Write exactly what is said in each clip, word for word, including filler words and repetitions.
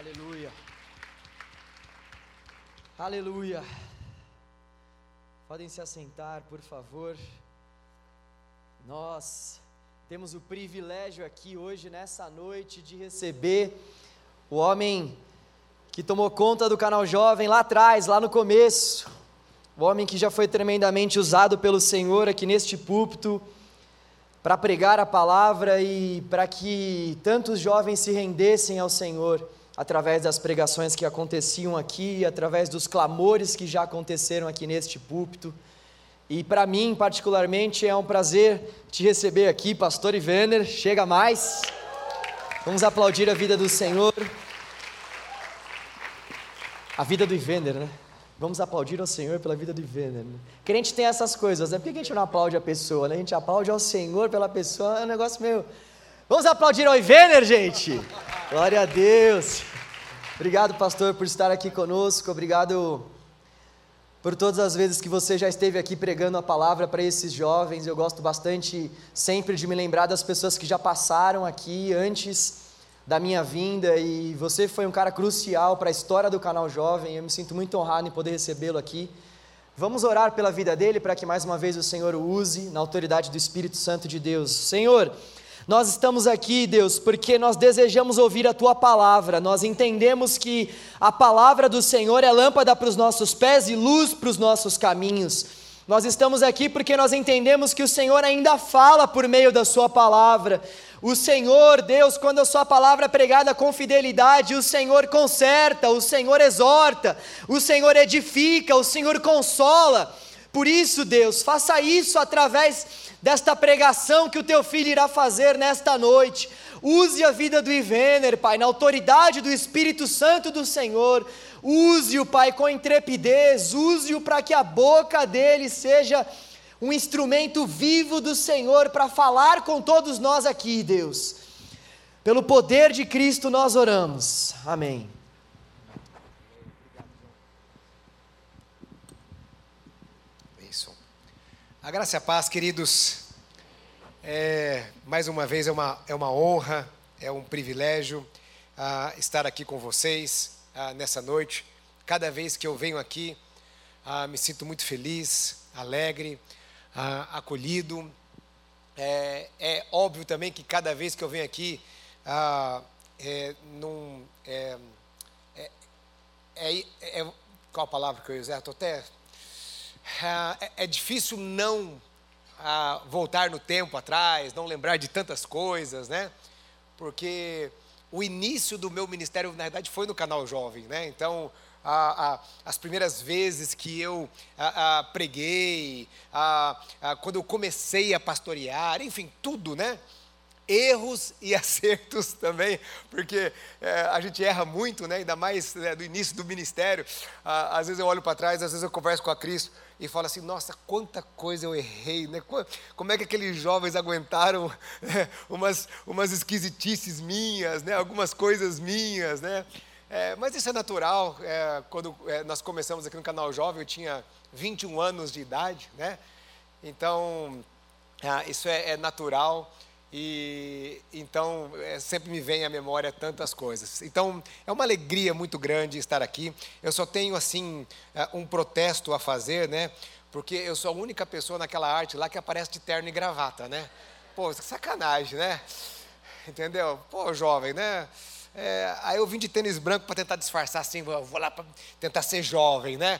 Aleluia. Aleluia. Podem se assentar, por favor. Nós temos o privilégio aqui hoje, nessa noite, de receber o homem que tomou conta do canal Jovem lá atrás, lá no começo. O homem que já foi tremendamente usado pelo Senhor aqui neste púlpito para pregar a palavra e para que tantos jovens se rendessem ao Senhor através das pregações que aconteciam aqui, através dos clamores que já aconteceram aqui neste púlpito. E para mim, particularmente, é um prazer te receber aqui, pastor Ivener. Chega mais. Vamos aplaudir a vida do Senhor. A vida do Ivener, né? Vamos aplaudir ao Senhor pela vida do Ivener, né? Crente tem essas coisas, né? Por que a gente não aplaude a pessoa, né? A gente aplaude ao Senhor pela pessoa, é um negócio meio... Vamos aplaudir ao Ivener, gente! Glória a Deus! Obrigado, pastor, por estar aqui conosco. Obrigado por todas as vezes que você já esteve aqui pregando a palavra para esses jovens. Eu gosto bastante sempre de me lembrar das pessoas que já passaram aqui antes da minha vinda, e você foi um cara crucial para a história do canal Jovem. Eu me sinto muito honrado em poder recebê-lo aqui. Vamos orar pela vida dele, para que mais uma vez o Senhor o use na autoridade do Espírito Santo de Deus. Senhor, nós estamos aqui, Deus, porque nós desejamos ouvir a Tua palavra. Nós entendemos que a palavra do Senhor é lâmpada para os nossos pés e luz para os nossos caminhos. Nós estamos aqui porque nós entendemos que o Senhor ainda fala por meio da Sua palavra. O Senhor, Deus, quando a Sua palavra é pregada com fidelidade, o Senhor conserta, o Senhor exorta, o Senhor edifica, o Senhor consola. Por isso, Deus, faça isso através desta pregação que o Teu Filho irá fazer nesta noite. Use a vida do Ivener, Pai, na autoridade do Espírito Santo do Senhor. Use-o, Pai, com intrepidez, use-o para que a boca dele seja um instrumento vivo do Senhor para falar com todos nós aqui, Deus. Pelo poder de Cristo nós oramos. Amém. Isso. A graça e a paz, queridos. É, mais uma vez é uma, é uma honra, é um privilégio ah, estar aqui com vocês ah, nessa noite. Cada vez que eu venho aqui, ah, me sinto muito feliz, alegre, ah, acolhido. É, é óbvio também que cada vez que eu venho aqui, ah, é, num, é, é, é, é, qual a palavra que eu ia usar? Estou até... Ah, é, é difícil não ah, voltar no tempo atrás, não lembrar de tantas coisas, né? Porque o início do meu ministério, na verdade, foi no canal Jovem, né? Então, ah, ah, as primeiras vezes que eu ah, ah, preguei, ah, ah, quando eu comecei a pastorear, enfim, tudo, né? Erros e acertos também, porque é, a gente erra muito, né? Ainda mais né, do início do ministério. Ah, às vezes eu olho para trás, às vezes eu converso com a Cris e falo assim, nossa, quanta coisa eu errei, né? Como é que aqueles jovens aguentaram né, umas, umas esquisitices minhas, né? Algumas coisas minhas, né? É, mas isso é natural. É, quando é, nós começamos aqui no canal Jovem, eu tinha vinte e um anos de idade, né? Então, ah, isso é, é natural. E então é, sempre me vem à memória tantas coisas. Então é uma alegria muito grande estar aqui. Eu só tenho assim um protesto a fazer, né? Porque eu sou a única pessoa naquela arte lá que aparece de terno e gravata, né? Pô, sacanagem, né? Entendeu? Pô, jovem, né? É, aí eu vim de tênis branco para tentar disfarçar assim, vou, vou lá para tentar ser jovem, né?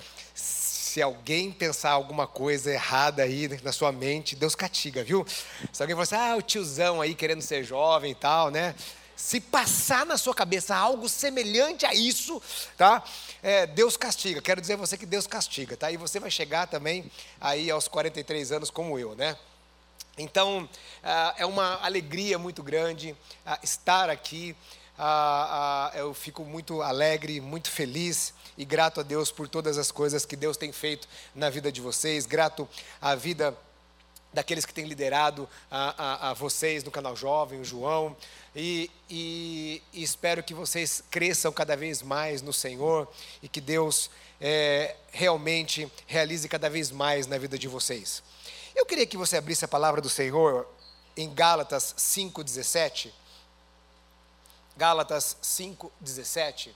Se alguém pensar alguma coisa errada aí na sua mente, Deus castiga, viu? Se alguém falar assim, ah, o tiozão aí querendo ser jovem e tal, né? Se passar na sua cabeça algo semelhante a isso, tá? É, Deus castiga. Quero dizer a você que Deus castiga, tá? E você vai chegar também aí aos quarenta e três anos como eu, né? Então, ah, é uma alegria muito grande ah, estar aqui. Ah, ah, eu fico muito alegre, muito feliz e grato a Deus por todas as coisas que Deus tem feito na vida de vocês, grato à vida daqueles que têm liderado a, a, a vocês no canal Jovem, o João, e, e, e espero que vocês cresçam cada vez mais no Senhor e que Deus é, realmente realize cada vez mais na vida de vocês. Eu queria que você abrisse a palavra do Senhor em Gálatas cinco, dezessete. Gálatas cinco, dezessete.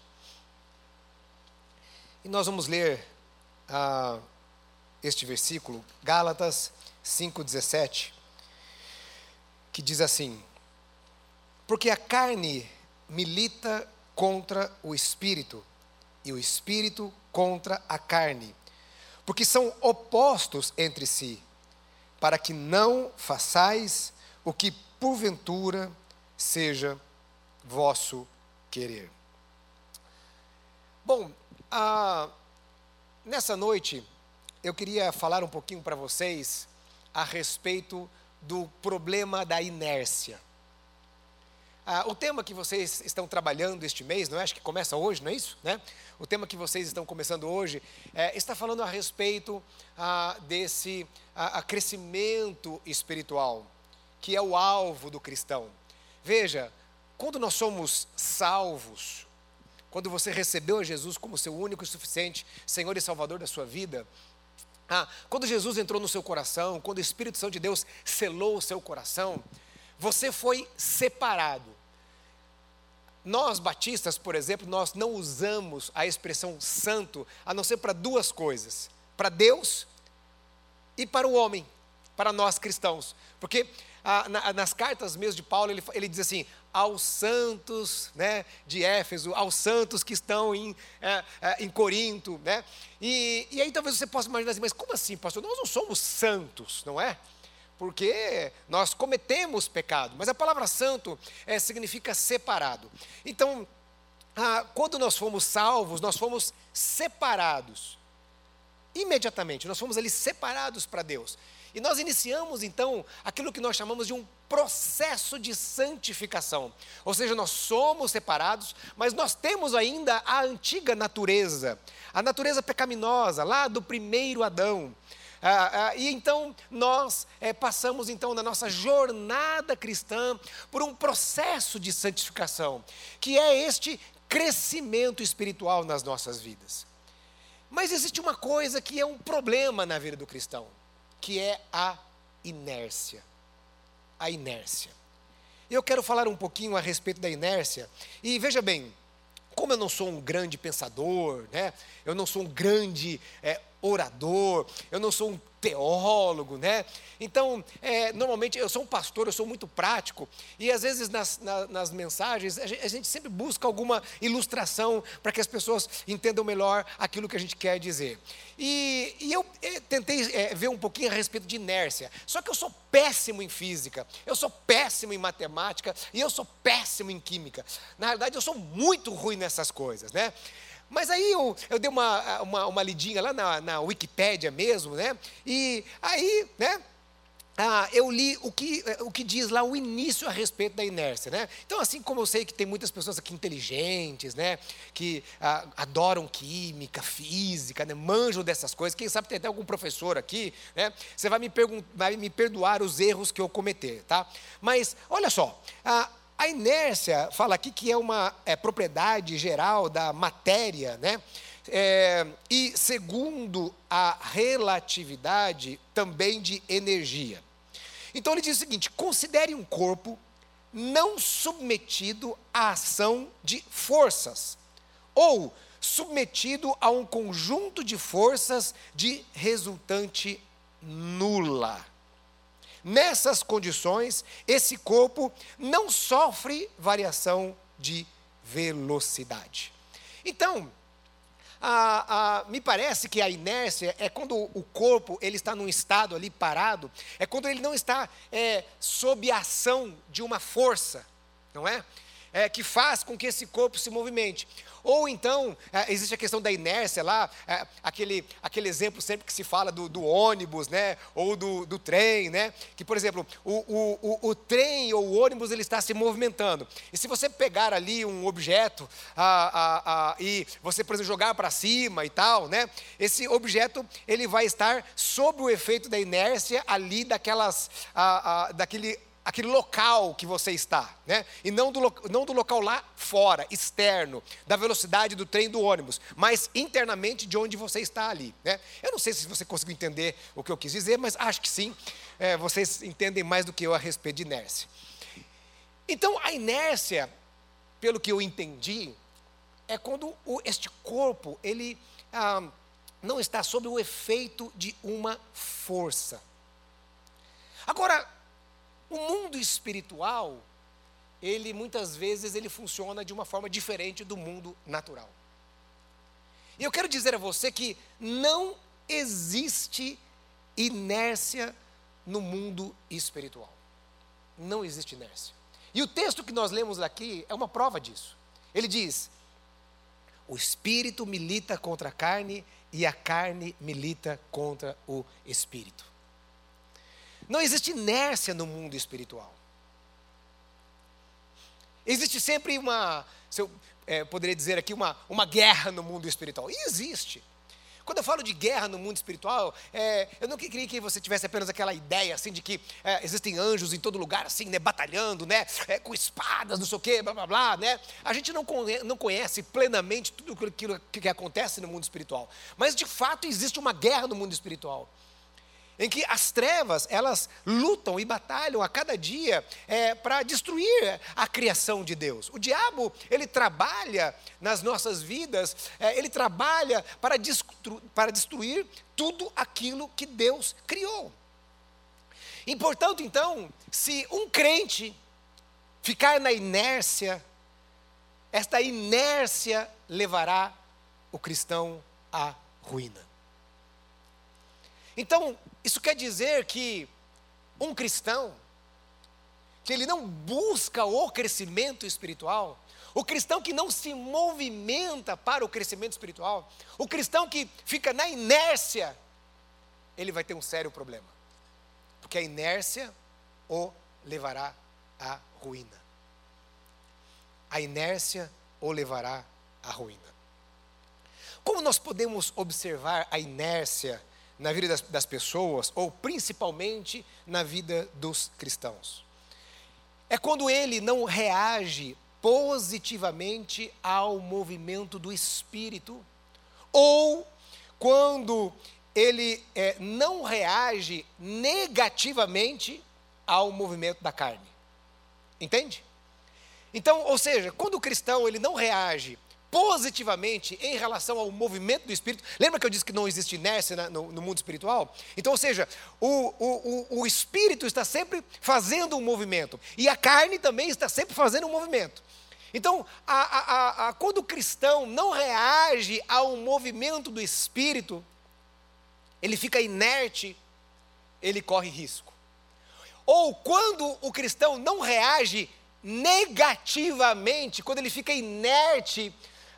E nós vamos ler ah, este versículo, Gálatas cinco, dezessete, que diz assim: porque a carne milita contra o espírito, e o espírito contra a carne, porque são opostos entre si, para que não façais o que porventura seja vosso querer. Bom, ah, nessa noite eu queria falar um pouquinho para vocês a respeito do problema da inércia. Ah, o tema que vocês estão trabalhando este mês, não é? Acho que começa hoje, não é isso? Né? O tema que vocês estão começando hoje é, está falando a respeito ah, desse ah, crescimento espiritual, que é o alvo do cristão. Veja, quando nós somos salvos, quando você recebeu a Jesus como seu único e suficiente Senhor e Salvador da sua vida, ah, quando Jesus entrou no seu coração, quando o Espírito Santo de Deus selou o seu coração, você foi separado. Nós batistas, por exemplo, nós não usamos a expressão santo, a não ser para duas coisas, para Deus e para o homem, para nós cristãos. Porque ah, na, nas cartas mesmo de Paulo, ele, ele diz assim, aos santos, né, de Éfeso, aos santos que estão em, é, é, em Corinto, né? E, e aí talvez você possa imaginar assim, mas como assim, pastor? Nós não somos santos, não é? Porque nós cometemos pecado, mas a palavra santo é, significa separado. Então, ah, quando nós fomos salvos, nós fomos separados, imediatamente, nós fomos ali separados para Deus. E nós iniciamos então aquilo que nós chamamos de um processo de santificação. Ou seja, nós somos separados, mas nós temos ainda a antiga natureza, a natureza pecaminosa, lá do primeiro Adão. Ah, ah, e então nós é, passamos então na nossa jornada cristã por um processo de santificação, que é este crescimento espiritual nas nossas vidas. Mas existe uma coisa que é um problema na vida do cristão, que é a inércia. A inércia. Eu quero falar um pouquinho a respeito da inércia, e veja bem, como eu não sou um grande pensador, né? Eu não sou um grande é, orador, eu não sou um teólogo, né? Então, é, normalmente eu sou um pastor, eu sou muito prático, e às vezes nas, na, nas mensagens a gente, a gente sempre busca alguma ilustração para que as pessoas entendam melhor aquilo que a gente quer dizer. E, e eu é, tentei é, ver um pouquinho a respeito de inércia, só que eu sou péssimo em física, eu sou péssimo em matemática e eu sou péssimo em química. Na realidade, eu sou muito ruim nessas coisas, né? Mas aí eu, eu dei uma, uma, uma lidinha lá na, na Wikipédia mesmo, né? E aí, né? Ah, eu li o que, o que diz lá o início a respeito da inércia, né? Então, assim como eu sei que tem muitas pessoas aqui inteligentes, né? Que ah, adoram química, física, né? Manjam dessas coisas. Quem sabe tem até algum professor aqui, né? Você vai me, vai me perdoar os erros que eu cometer, tá? Mas, olha só, a A inércia fala aqui que é uma é, propriedade geral da matéria, né? É, e segundo a relatividade, também de energia. Então ele diz o seguinte: considere um corpo não submetido à ação de forças, ou submetido a um conjunto de forças de resultante nula. Nessas condições, esse corpo não sofre variação de velocidade. Então, a, a, me parece que a inércia é quando o corpo ele está num estado ali parado, é quando ele não está é, sob a ação de uma força, não é? É, que faz com que esse corpo se movimente. Ou então, é, existe a questão da inércia lá, é, aquele, aquele exemplo sempre que se fala do, do ônibus, né, ou do, do trem, né, que, por exemplo, o, o, o, o trem ou o ônibus ele está se movimentando. E se você pegar ali um objeto ah, ah, ah, e você, por exemplo, jogar para cima e tal, né, esse objeto ele vai estar sob o efeito da inércia ali daquelas, ah, ah, daquele aquele local que você está, né? E não do, não do local lá fora, externo, da velocidade do trem, do ônibus, mas internamente de onde você está ali, né? Eu não sei se você conseguiu entender o que eu quis dizer, mas acho que sim, é, vocês entendem mais do que eu a respeito de inércia. Então, a inércia pelo que eu entendi, é quando o, este corpo, ele ah, não está sob o efeito de uma força. Agora, o mundo espiritual, ele muitas vezes ele funciona de uma forma diferente do mundo natural. E eu quero dizer a você que não existe inércia no mundo espiritual. Não existe inércia. E o texto que nós lemos aqui é uma prova disso. Ele diz: o espírito milita contra a carne e a carne milita contra o espírito. Não existe inércia no mundo espiritual. Existe sempre uma, se eu é, poderia dizer aqui, uma, uma guerra no mundo espiritual. E existe. Quando eu falo de guerra no mundo espiritual, é, eu não queria que você tivesse apenas aquela ideia assim de que é, existem anjos em todo lugar, assim, né, batalhando, né, é, com espadas, não sei o quê, blá, blá, blá, né? A gente não conhece, não conhece plenamente tudo aquilo que, que acontece no mundo espiritual. Mas, de fato, existe uma guerra no mundo espiritual, em que as trevas, elas lutam e batalham a cada dia é, para destruir a criação de Deus. O diabo, ele trabalha nas nossas vidas, é, ele trabalha para, destru para destruir tudo aquilo que Deus criou. E, portanto, então, se um crente ficar na inércia, esta inércia levará o cristão à ruína. Então, isso quer dizer que um cristão, que ele não busca o crescimento espiritual, o cristão que não se movimenta para o crescimento espiritual, o cristão que fica na inércia, ele vai ter um sério problema. Porque a inércia o levará à ruína. A inércia o levará à ruína. Como nós podemos observar a inércia na vida das, das pessoas, ou principalmente na vida dos cristãos? É quando ele não reage positivamente ao movimento do Espírito, ou quando ele é, não reage negativamente ao movimento da carne. Entende? Então, ou seja, quando o cristão ele não reage positivamente em relação ao movimento do Espírito. Lembra que eu disse que não existe inércia no, no mundo espiritual? Então, ou seja, o, o, o, o Espírito está sempre fazendo um movimento. E a carne também está sempre fazendo um movimento. Então, a, a, a, quando o cristão não reage ao movimento do Espírito, ele fica inerte, ele corre risco. Ou quando o cristão não reage negativamente, quando ele fica inerte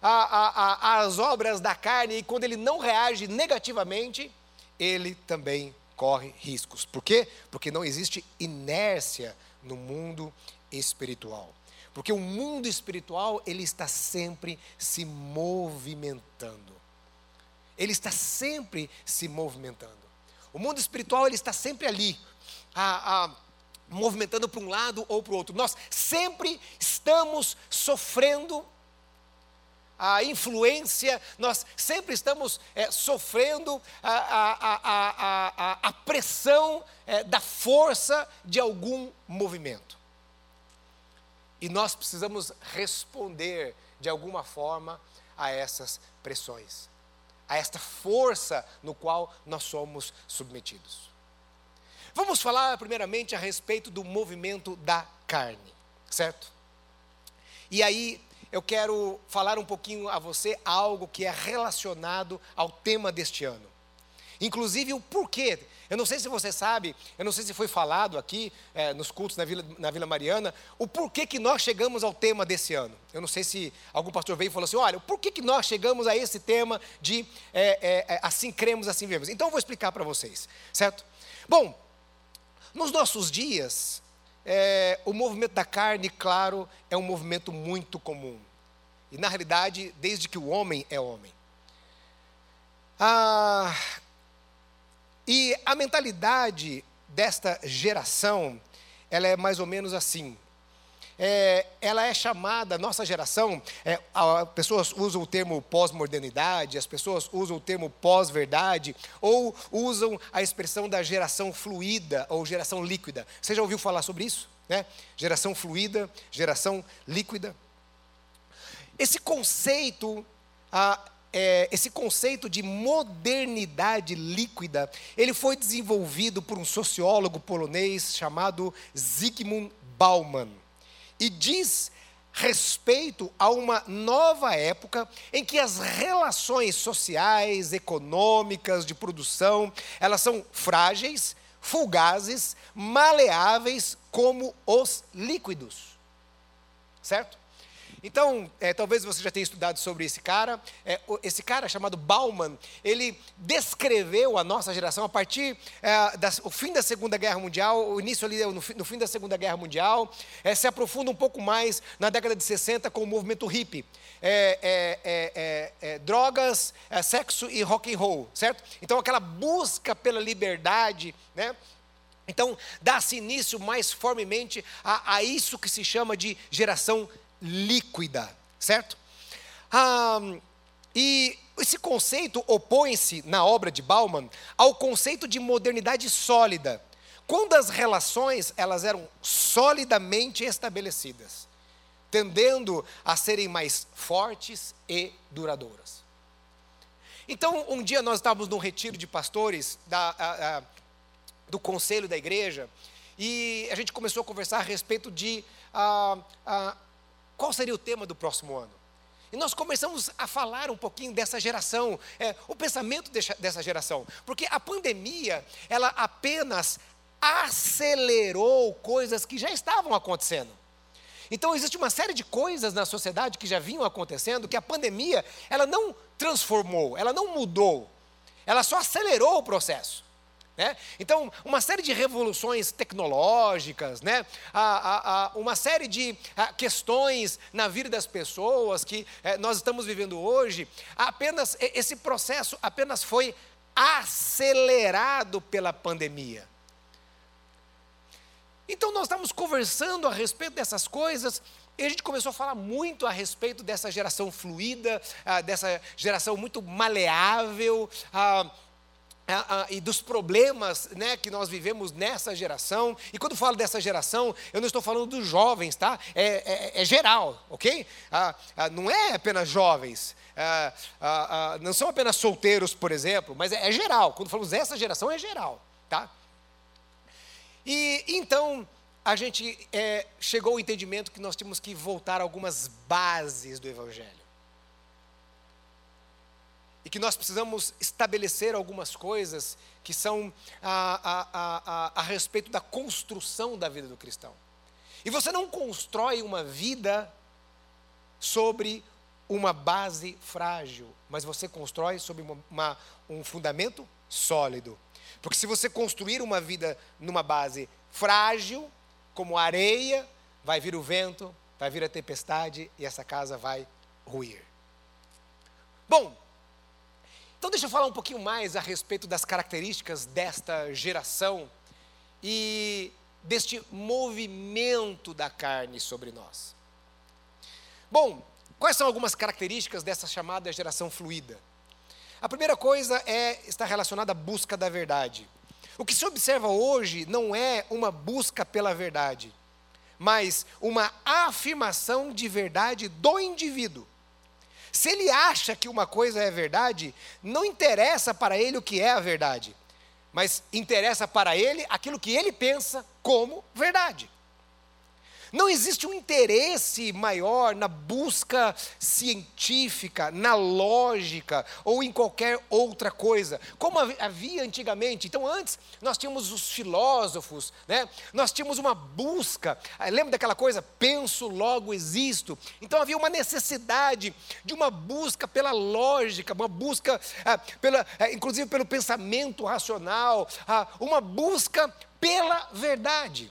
às obras da carne, e quando ele não reage negativamente, ele também corre riscos. Por quê? Porque não existe inércia no mundo espiritual. Porque o mundo espiritual, ele está sempre se movimentando. Ele está sempre se movimentando. O mundo espiritual, ele está sempre ali, a, a, movimentando para um lado ou para o outro. Nós sempre estamos sofrendo a influência, nós sempre estamos é, sofrendo a, a, a, a, a pressão é, da força de algum movimento. E nós precisamos responder de alguma forma a essas pressões, a esta força no qual nós somos submetidos. Vamos falar primeiramente a respeito do movimento da carne, certo? E aí eu quero falar um pouquinho a você algo que é relacionado ao tema deste ano. Inclusive o porquê. Eu não sei se você sabe, eu não sei se foi falado aqui é, nos cultos na Vila, na Vila Mariana, o porquê que nós chegamos ao tema desse ano. Eu não sei se algum pastor veio e falou assim, olha, por que que nós chegamos a esse tema de é, é, assim cremos, assim vivemos. Então eu vou explicar para vocês, certo? Bom, nos nossos dias, é, o movimento da carne, claro, é um movimento muito comum. E na realidade, desde que o homem é homem. Ah, e a mentalidade desta geração, ela é mais ou menos assim. É, ela é chamada, nossa geração, é, as pessoas usam o termo pós-modernidade, as pessoas usam o termo pós-verdade, ou usam a expressão da geração fluida ou geração líquida. Você já ouviu falar sobre isso? Né? Geração fluida, geração líquida. esse conceito, ah, é, esse conceito de modernidade líquida, ele foi desenvolvido por um sociólogo polonês chamado Zygmunt Bauman. E diz respeito a uma nova época em que as relações sociais, econômicas, de produção, elas são frágeis, fugazes, maleáveis como os líquidos. Certo? Então, é, talvez você já tenha estudado sobre esse cara. É, esse cara chamado Bauman, ele descreveu a nossa geração a partir é, do fim da Segunda Guerra Mundial, o início ali no, no fim da Segunda Guerra Mundial, é, se aprofunda um pouco mais na década de sessenta com o movimento hippie. É, é, é, é, é, drogas, é, sexo e rock and roll, certo? Então, aquela busca pela liberdade, né? Então, dá-se início mais fortemente a, a isso que se chama de geração líquida, certo? Ah, e esse conceito opõe-se, na obra de Bauman, ao conceito de modernidade sólida, quando as relações elas eram solidamente estabelecidas, tendendo a serem mais fortes e duradouras. Então, um dia nós estávamos num retiro de pastores da, a, a, do conselho da igreja, e a gente começou a conversar a respeito de a, a, qual seria o tema do próximo ano. E nós começamos a falar um pouquinho dessa geração, é, o pensamento dessa, dessa geração, porque a pandemia, ela apenas acelerou coisas que já estavam acontecendo. Então existe uma série de coisas na sociedade que já vinham acontecendo, que a pandemia, ela não transformou, ela não mudou, ela só acelerou o processo. Né? Então, uma série de revoluções tecnológicas, né? a, a, a, uma série de a, questões na vida das pessoas que é, nós estamos vivendo hoje, apenas esse processo apenas foi acelerado pela pandemia. Então, nós estamos conversando a respeito dessas coisas, e a gente começou a falar muito a respeito dessa geração fluida, a, dessa geração muito maleável, a, Ah, ah, e dos problemas, né, que nós vivemos nessa geração. E quando falo dessa geração, eu não estou falando dos jovens, tá? É, é, é geral, ok? Ah, ah, não é apenas jovens, ah, ah, ah, não são apenas solteiros, por exemplo, mas é, é geral. Quando falamos dessa geração, é geral, tá? E então a gente é, chegou ao entendimento que nós tínhamos que voltar a algumas bases do Evangelho. E que nós precisamos estabelecer algumas coisas que são a, a, a, a, a respeito da construção da vida do cristão. E você não constrói uma vida sobre uma base frágil, mas você constrói sobre uma, uma, um fundamento sólido. Porque se você construir uma vida numa base frágil, como areia, vai vir o vento, vai vir a tempestade e essa casa vai ruir. Bom, então deixa eu falar um pouquinho mais a respeito das características desta geração e deste movimento da carne sobre nós. Bom, quais são algumas características dessa chamada geração fluida? A primeira coisa é estar relacionada à busca da verdade. O que se observa hoje não é uma busca pela verdade, mas uma afirmação de verdade do indivíduo. Se ele acha que uma coisa é verdade, não interessa para ele o que é a verdade, mas interessa para ele aquilo que ele pensa como verdade. Não existe um interesse maior na busca científica, na lógica ou em qualquer outra coisa, como havia antigamente. Então, antes, nós tínhamos os filósofos, né? Nós tínhamos uma busca, lembra daquela coisa? Penso, logo existo. Então, havia uma necessidade de uma busca pela lógica, uma busca, ah, pela, ah, inclusive pelo pensamento racional, ah, uma busca pela verdade.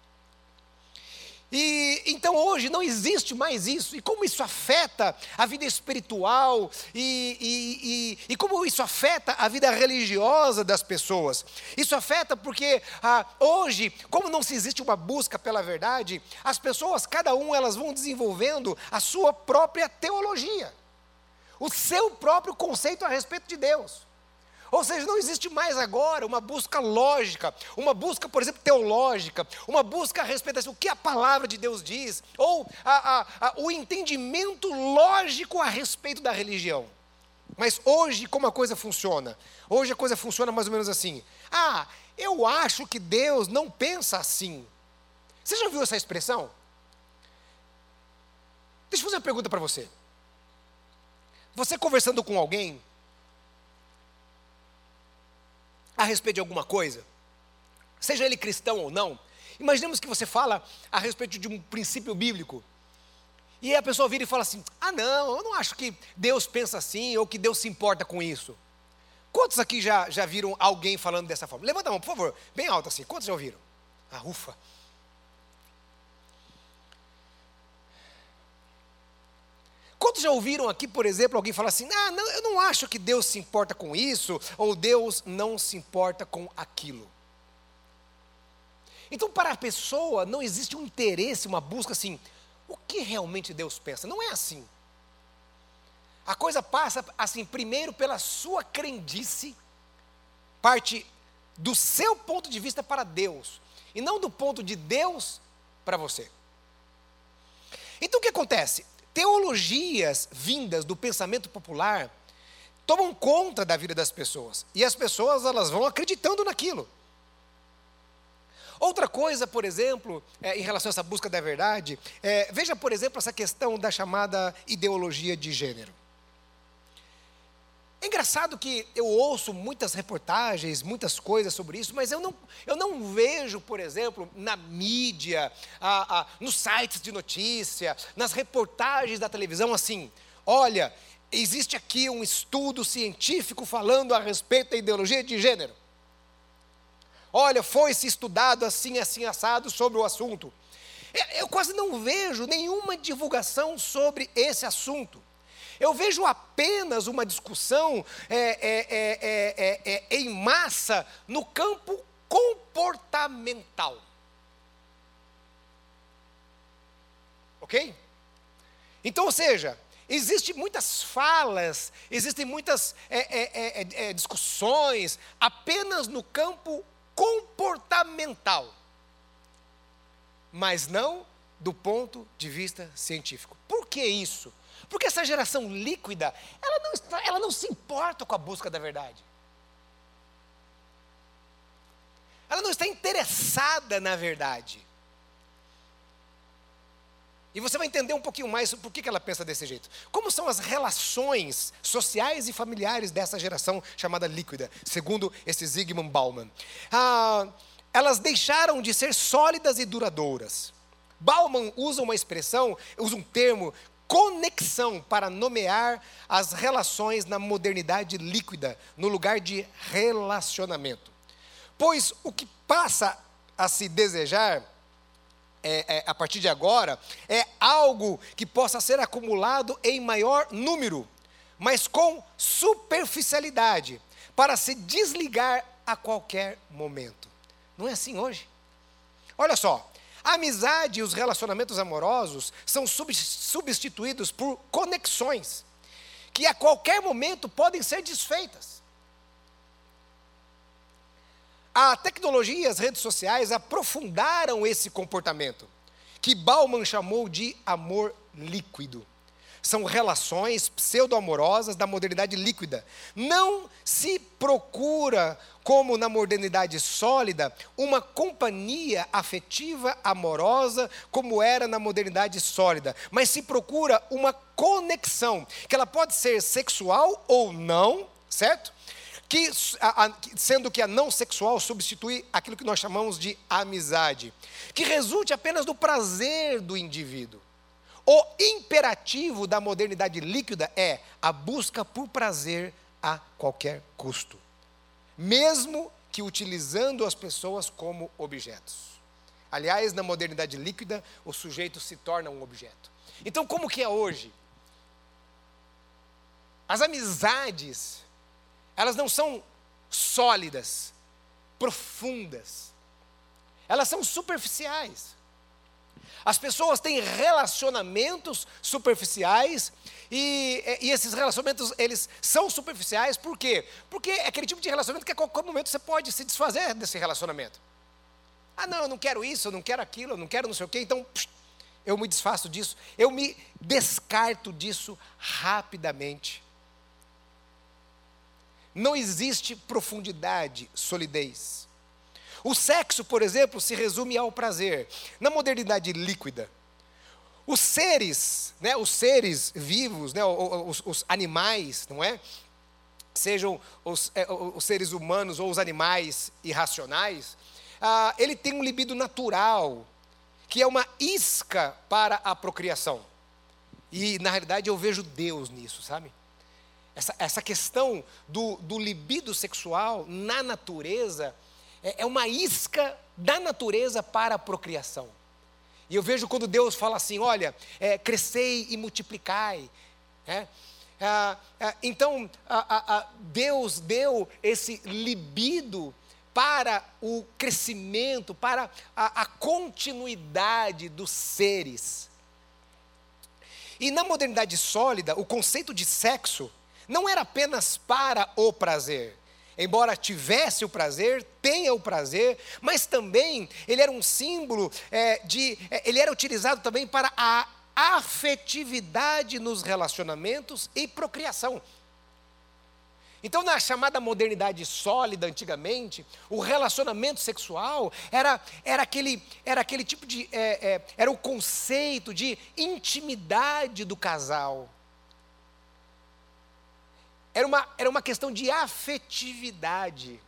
E então hoje não existe mais isso, e como isso afeta a vida espiritual, e, e, e, e como isso afeta a vida religiosa das pessoas. Isso afeta porque ah, hoje, como não se existe uma busca pela verdade, as pessoas, cada um, elas vão desenvolvendo a sua própria teologia, o seu próprio conceito a respeito de Deus. Ou seja, não existe mais agora uma busca lógica, uma busca, por exemplo, teológica, uma busca a respeito do que a palavra de Deus diz, ou a, a, a, o entendimento lógico a respeito da religião. Mas hoje, como a coisa funciona? Hoje a coisa funciona mais ou menos assim. Ah, eu acho que Deus não pensa assim. Você já ouviu essa expressão? Deixa eu fazer uma pergunta para você. Você conversando com alguém a respeito de alguma coisa, seja ele cristão ou não, imaginemos que você fala a respeito de um princípio bíblico, e aí a pessoa vira e fala assim, ah não, eu não acho que Deus pensa assim, ou que Deus se importa com isso. Quantos aqui já, já viram alguém falando dessa forma? Levanta a mão, por favor, bem alto assim, quantos já ouviram? Ah, ufa. Quantos já ouviram aqui, por exemplo, alguém falar assim, ah, não, eu não acho que Deus se importa com isso, ou Deus não se importa com aquilo. Então, para a pessoa, não existe um interesse, uma busca assim, o que realmente Deus pensa? Não é assim. A coisa passa, assim, primeiro pela sua crendice, parte do seu ponto de vista para Deus, e não do ponto de Deus para você. Então, o que acontece? Teologias vindas do pensamento popular tomam conta da vida das pessoas. E as pessoas, elas vão acreditando naquilo. Outra coisa, por exemplo, é, em relação a essa busca da verdade, é, veja, por exemplo, essa questão da chamada ideologia de gênero. É engraçado que eu ouço muitas reportagens, muitas coisas sobre isso, mas eu não, eu não vejo, por exemplo, na mídia, a, a, nos sites de notícia, nas reportagens da televisão, assim, olha, existe aqui um estudo científico falando a respeito da ideologia de gênero. Olha, foi-se estudado assim, assim, assado sobre o assunto. Eu quase não vejo nenhuma divulgação sobre esse assunto. Eu vejo apenas uma discussão é, é, é, é, é, é, em massa no campo comportamental. Ok? Então, ou seja, existem muitas falas, existem muitas é, é, é, é, discussões apenas no campo comportamental, mas não do ponto de vista científico. Por que isso? Porque essa geração líquida, ela não, está, ela não se importa com a busca da verdade. Ela não está interessada na verdade. E você vai entender um pouquinho mais por que ela pensa desse jeito. Como são as relações sociais e familiares dessa geração chamada líquida, segundo esse Zygmunt Bauman. Ah, elas deixaram de ser sólidas e duradouras. Bauman usa uma expressão, usa um termo, conexão, para nomear as relações na modernidade líquida, no lugar de relacionamento. Pois o que passa a se desejar, é, é, a partir de agora, é algo que possa ser acumulado em maior número, mas com superficialidade, para se desligar a qualquer momento. Não é assim hoje? Olha só. A amizade e os relacionamentos amorosos são substituídos por conexões, que a qualquer momento podem ser desfeitas. A tecnologia e as redes sociais aprofundaram esse comportamento, que Bauman chamou de amor líquido. São relações pseudo-amorosas da modernidade líquida. Não se procura, como na modernidade sólida, uma companhia afetiva amorosa, como era na modernidade sólida. Mas se procura uma conexão, que ela pode ser sexual ou não, certo? Que, a, a, sendo que a não sexual substitui aquilo que nós chamamos de amizade. Que resulte apenas do prazer do indivíduo. O imperativo da modernidade líquida é a busca por prazer a qualquer custo, mesmo que utilizando as pessoas como objetos. Aliás, na modernidade líquida, o sujeito se torna um objeto. Então, como que é hoje? As amizades, elas não são sólidas, profundas. Elas são superficiais. As pessoas têm relacionamentos superficiais e, e esses relacionamentos, eles são superficiais por quê? Porque é aquele tipo de relacionamento que a qualquer momento você pode se desfazer desse relacionamento. Ah, não, eu não quero isso, eu não quero aquilo, eu não quero não sei o quê, então psh, eu me desfaço disso, eu me descarto disso rapidamente. Não existe profundidade, solidez. O sexo, por exemplo, se resume ao prazer. Na modernidade líquida, os seres, né, os seres vivos, né, os, os animais, não é? Sejam os, é, os seres humanos ou os animais irracionais, ah, ele tem um libido natural, que é uma isca para a procriação. E, na realidade, eu vejo Deus nisso, sabe? Essa, essa questão do, do libido sexual na natureza é, é uma isca da natureza para a procriação. E eu vejo quando Deus fala assim, olha, é, crescei e multiplicai. É? Ah, ah, então, ah, ah, Deus deu esse libido para o crescimento, para a, a continuidade dos seres. E na modernidade sólida, o conceito de sexo não era apenas para o prazer. Embora tivesse o prazer, tenha o prazer, mas também ele era um símbolo é, de... É, ele era utilizado também para a afetividade nos relacionamentos e procriação. Então, na chamada modernidade sólida, antigamente, o relacionamento sexual era, era, aquele, era aquele tipo de... É, é, era o conceito de intimidade do casal. Era uma, era uma questão de afetividade.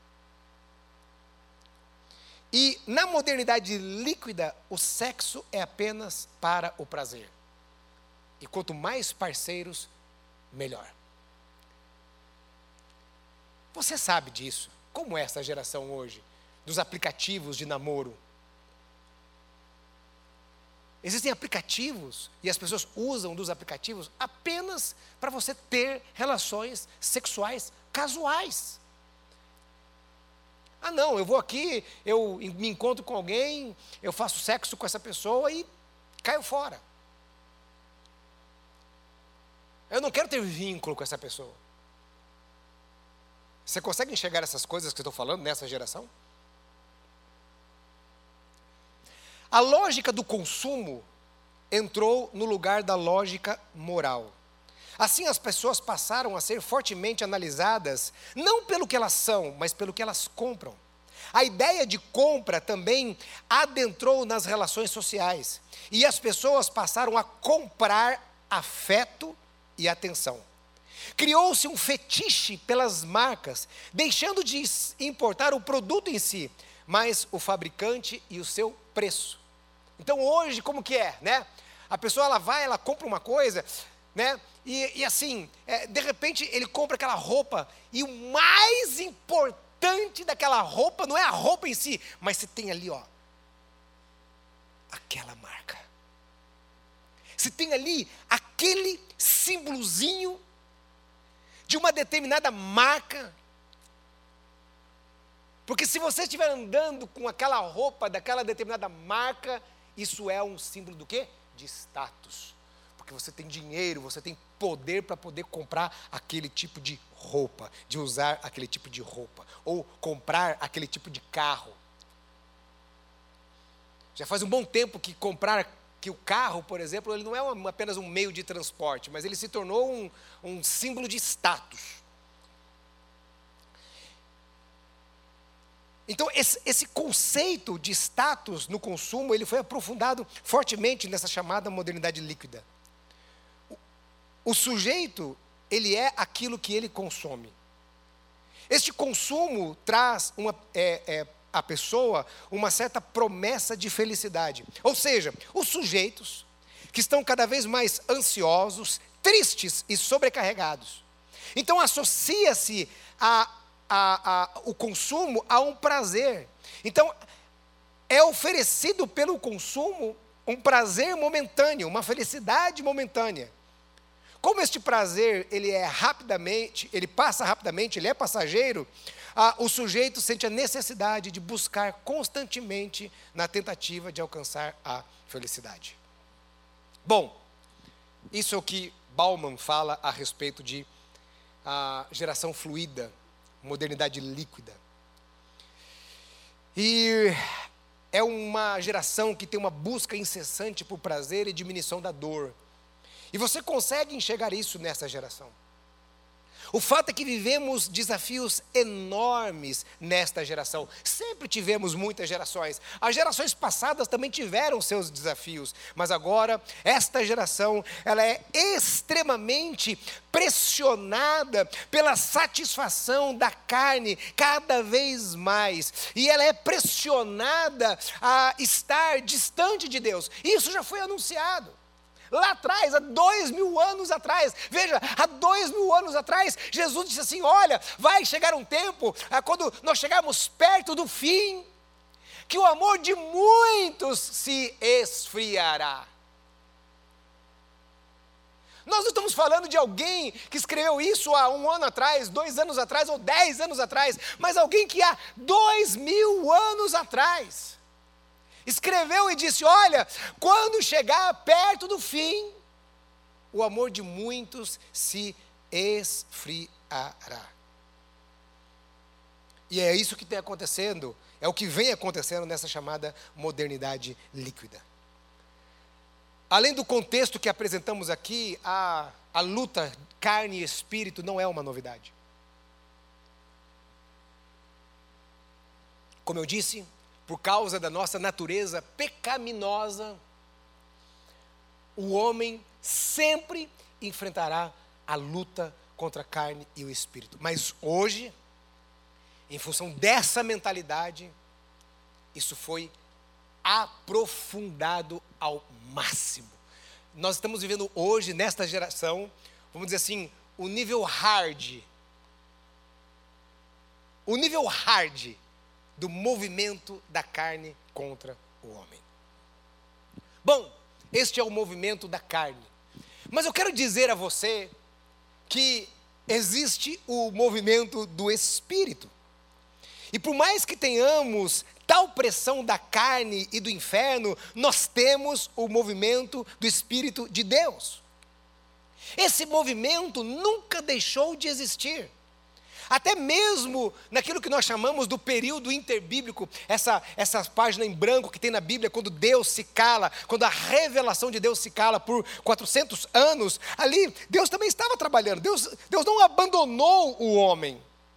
E na modernidade líquida, o sexo é apenas para o prazer. E quanto mais parceiros, melhor. Você sabe disso? Como é essa geração hoje? Dos aplicativos de namoro. Existem aplicativos e as pessoas usam dos aplicativos apenas para você ter relações sexuais casuais. Ah não, eu vou aqui, eu me encontro com alguém, eu faço sexo com essa pessoa e caio fora. Eu não quero ter vínculo com essa pessoa. Você consegue enxergar essas coisas que eu estou falando nessa geração? A lógica do consumo entrou no lugar da lógica moral. Assim, as pessoas passaram a ser fortemente analisadas, não pelo que elas são, mas pelo que elas compram. A ideia de compra também adentrou nas relações sociais. E as pessoas passaram a comprar afeto e atenção. Criou-se um fetiche pelas marcas, deixando de importar o produto em si, mas o fabricante e o seu preço. Então hoje, como que é, né? A pessoa, ela vai, ela compra uma coisa, né? E, e assim, é, de repente, ele compra aquela roupa, e o mais importante daquela roupa não é a roupa em si, mas você tem ali, ó, aquela marca. Você tem ali aquele símbolozinho de uma determinada marca. Porque se você estiver andando com aquela roupa daquela determinada marca, isso é um símbolo do quê? De status. Porque você tem dinheiro, você tem poder para poder comprar aquele tipo de roupa, de usar aquele tipo de roupa, ou comprar aquele tipo de carro. Já faz um bom tempo que comprar, que o carro, por exemplo, ele não é uma, apenas um meio de transporte, mas ele se tornou um, um símbolo de status. Então, esse, esse conceito de status no consumo, ele foi aprofundado fortemente nessa chamada modernidade líquida. O, o sujeito, ele é aquilo que ele consome. Este consumo traz uma, é, é, à pessoa uma certa promessa de felicidade. Ou seja, os sujeitos que estão cada vez mais ansiosos, tristes e sobrecarregados. Então, associa-se a A, a, o consumo a um prazer. Então, é oferecido pelo consumo um prazer momentâneo, uma felicidade momentânea. Como este prazer, ele é rapidamente, ele passa rapidamente, ele é passageiro, ah, o sujeito sente a necessidade de buscar constantemente na tentativa de alcançar a felicidade. Bom, isso é o que Bauman fala a respeito de a geração fluida, modernidade líquida. E é uma geração que tem uma busca incessante por prazer e diminuição da dor. E você consegue enxergar isso nessa geração. O fato é que vivemos desafios enormes nesta geração. Sempre tivemos muitas gerações. As gerações passadas também tiveram seus desafios. Mas agora, esta geração, ela é extremamente pressionada pela satisfação da carne cada vez mais. E ela é pressionada a estar distante de Deus. Isso já foi anunciado. Lá atrás, há dois mil anos atrás, veja, há dois mil anos atrás, Jesus disse assim, olha, vai chegar um tempo, quando nós chegarmos perto do fim, que o amor de muitos se esfriará. Nós não estamos falando de alguém que escreveu isso há um ano atrás, dois anos atrás ou dez anos atrás, mas alguém que há dois mil anos atrás escreveu e disse, olha, quando chegar perto do fim, o amor de muitos se esfriará. E é isso que tem acontecendo, é o que vem acontecendo nessa chamada modernidade líquida. Além do contexto que apresentamos aqui, a, a luta carne e espírito não é uma novidade. Como eu disse, por causa da nossa natureza pecaminosa, o homem sempre enfrentará a luta contra a carne e o espírito. Mas hoje, em função dessa mentalidade, isso foi aprofundado ao máximo. Nós estamos vivendo hoje, nesta geração, vamos dizer assim, o nível hard. O nível hard do movimento da carne contra o homem. Bom, este é o movimento da carne. Mas eu quero dizer a você que existe o movimento do espírito. E por mais que tenhamos tal pressão da carne e do inferno, nós temos o movimento do Espírito de Deus. Esse movimento nunca deixou de existir. Até mesmo naquilo que nós chamamos do período interbíblico, essa, essa página em branco que tem na Bíblia, quando Deus se cala, quando a revelação de Deus se cala por quatrocentos anos, ali Deus também estava trabalhando, Deus, Deus não abandonou o homem.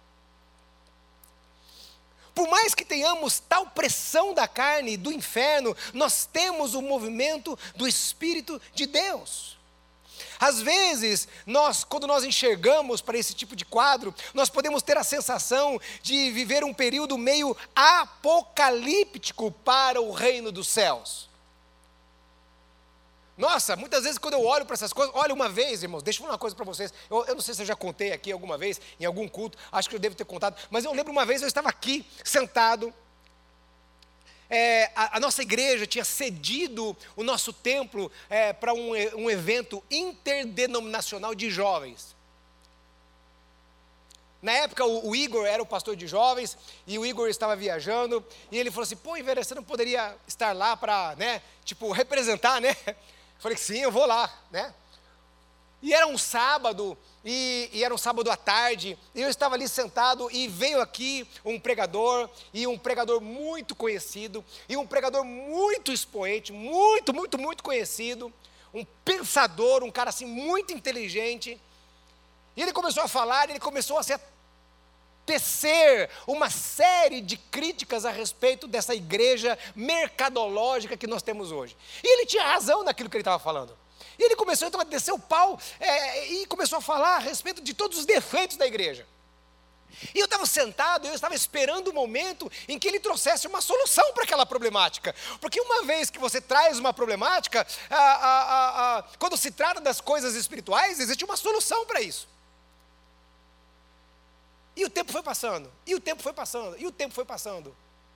Por mais que tenhamos tal pressão da carne e do inferno, nós temos o movimento do Espírito de Deus. Às vezes, nós, quando nós enxergamos para esse tipo de quadro, nós podemos ter a sensação de viver um período meio apocalíptico para o reino dos céus. Nossa, muitas vezes quando eu olho para essas coisas, olha uma vez, irmãos, deixa eu falar uma coisa para vocês, eu, eu não sei se eu já contei aqui alguma vez, em algum culto, acho que eu devo ter contado, mas eu lembro uma vez, eu estava aqui, sentado, é, a, a nossa igreja tinha cedido o nosso templo é, para um, um evento interdenominacional de jovens. Na época o, o Igor era o pastor de jovens, e o Igor estava viajando, e ele falou assim, pô, Iverê, você não poderia estar lá para, né, tipo, representar, né? Eu falei que sim, eu vou lá, né? E era um sábado, e, e era um sábado à tarde, e eu estava ali sentado, e veio aqui um pregador, e um pregador muito conhecido, e um pregador muito expoente, muito, muito, muito conhecido, um pensador, um cara assim muito inteligente, e ele começou a falar, ele começou a se tecer uma série de críticas a respeito dessa igreja mercadológica que nós temos hoje. E ele tinha razão naquilo que ele estava falando. E ele começou então a descer o pau é, e começou a falar a respeito de todos os defeitos da igreja. E eu estava sentado, eu estava esperando o momento em que ele trouxesse uma solução para aquela problemática. Porque uma vez que você traz uma problemática, a, a, a, a, quando se trata das coisas espirituais, existe uma solução para isso. E o tempo foi passando, e o tempo foi passando, e o tempo foi passando.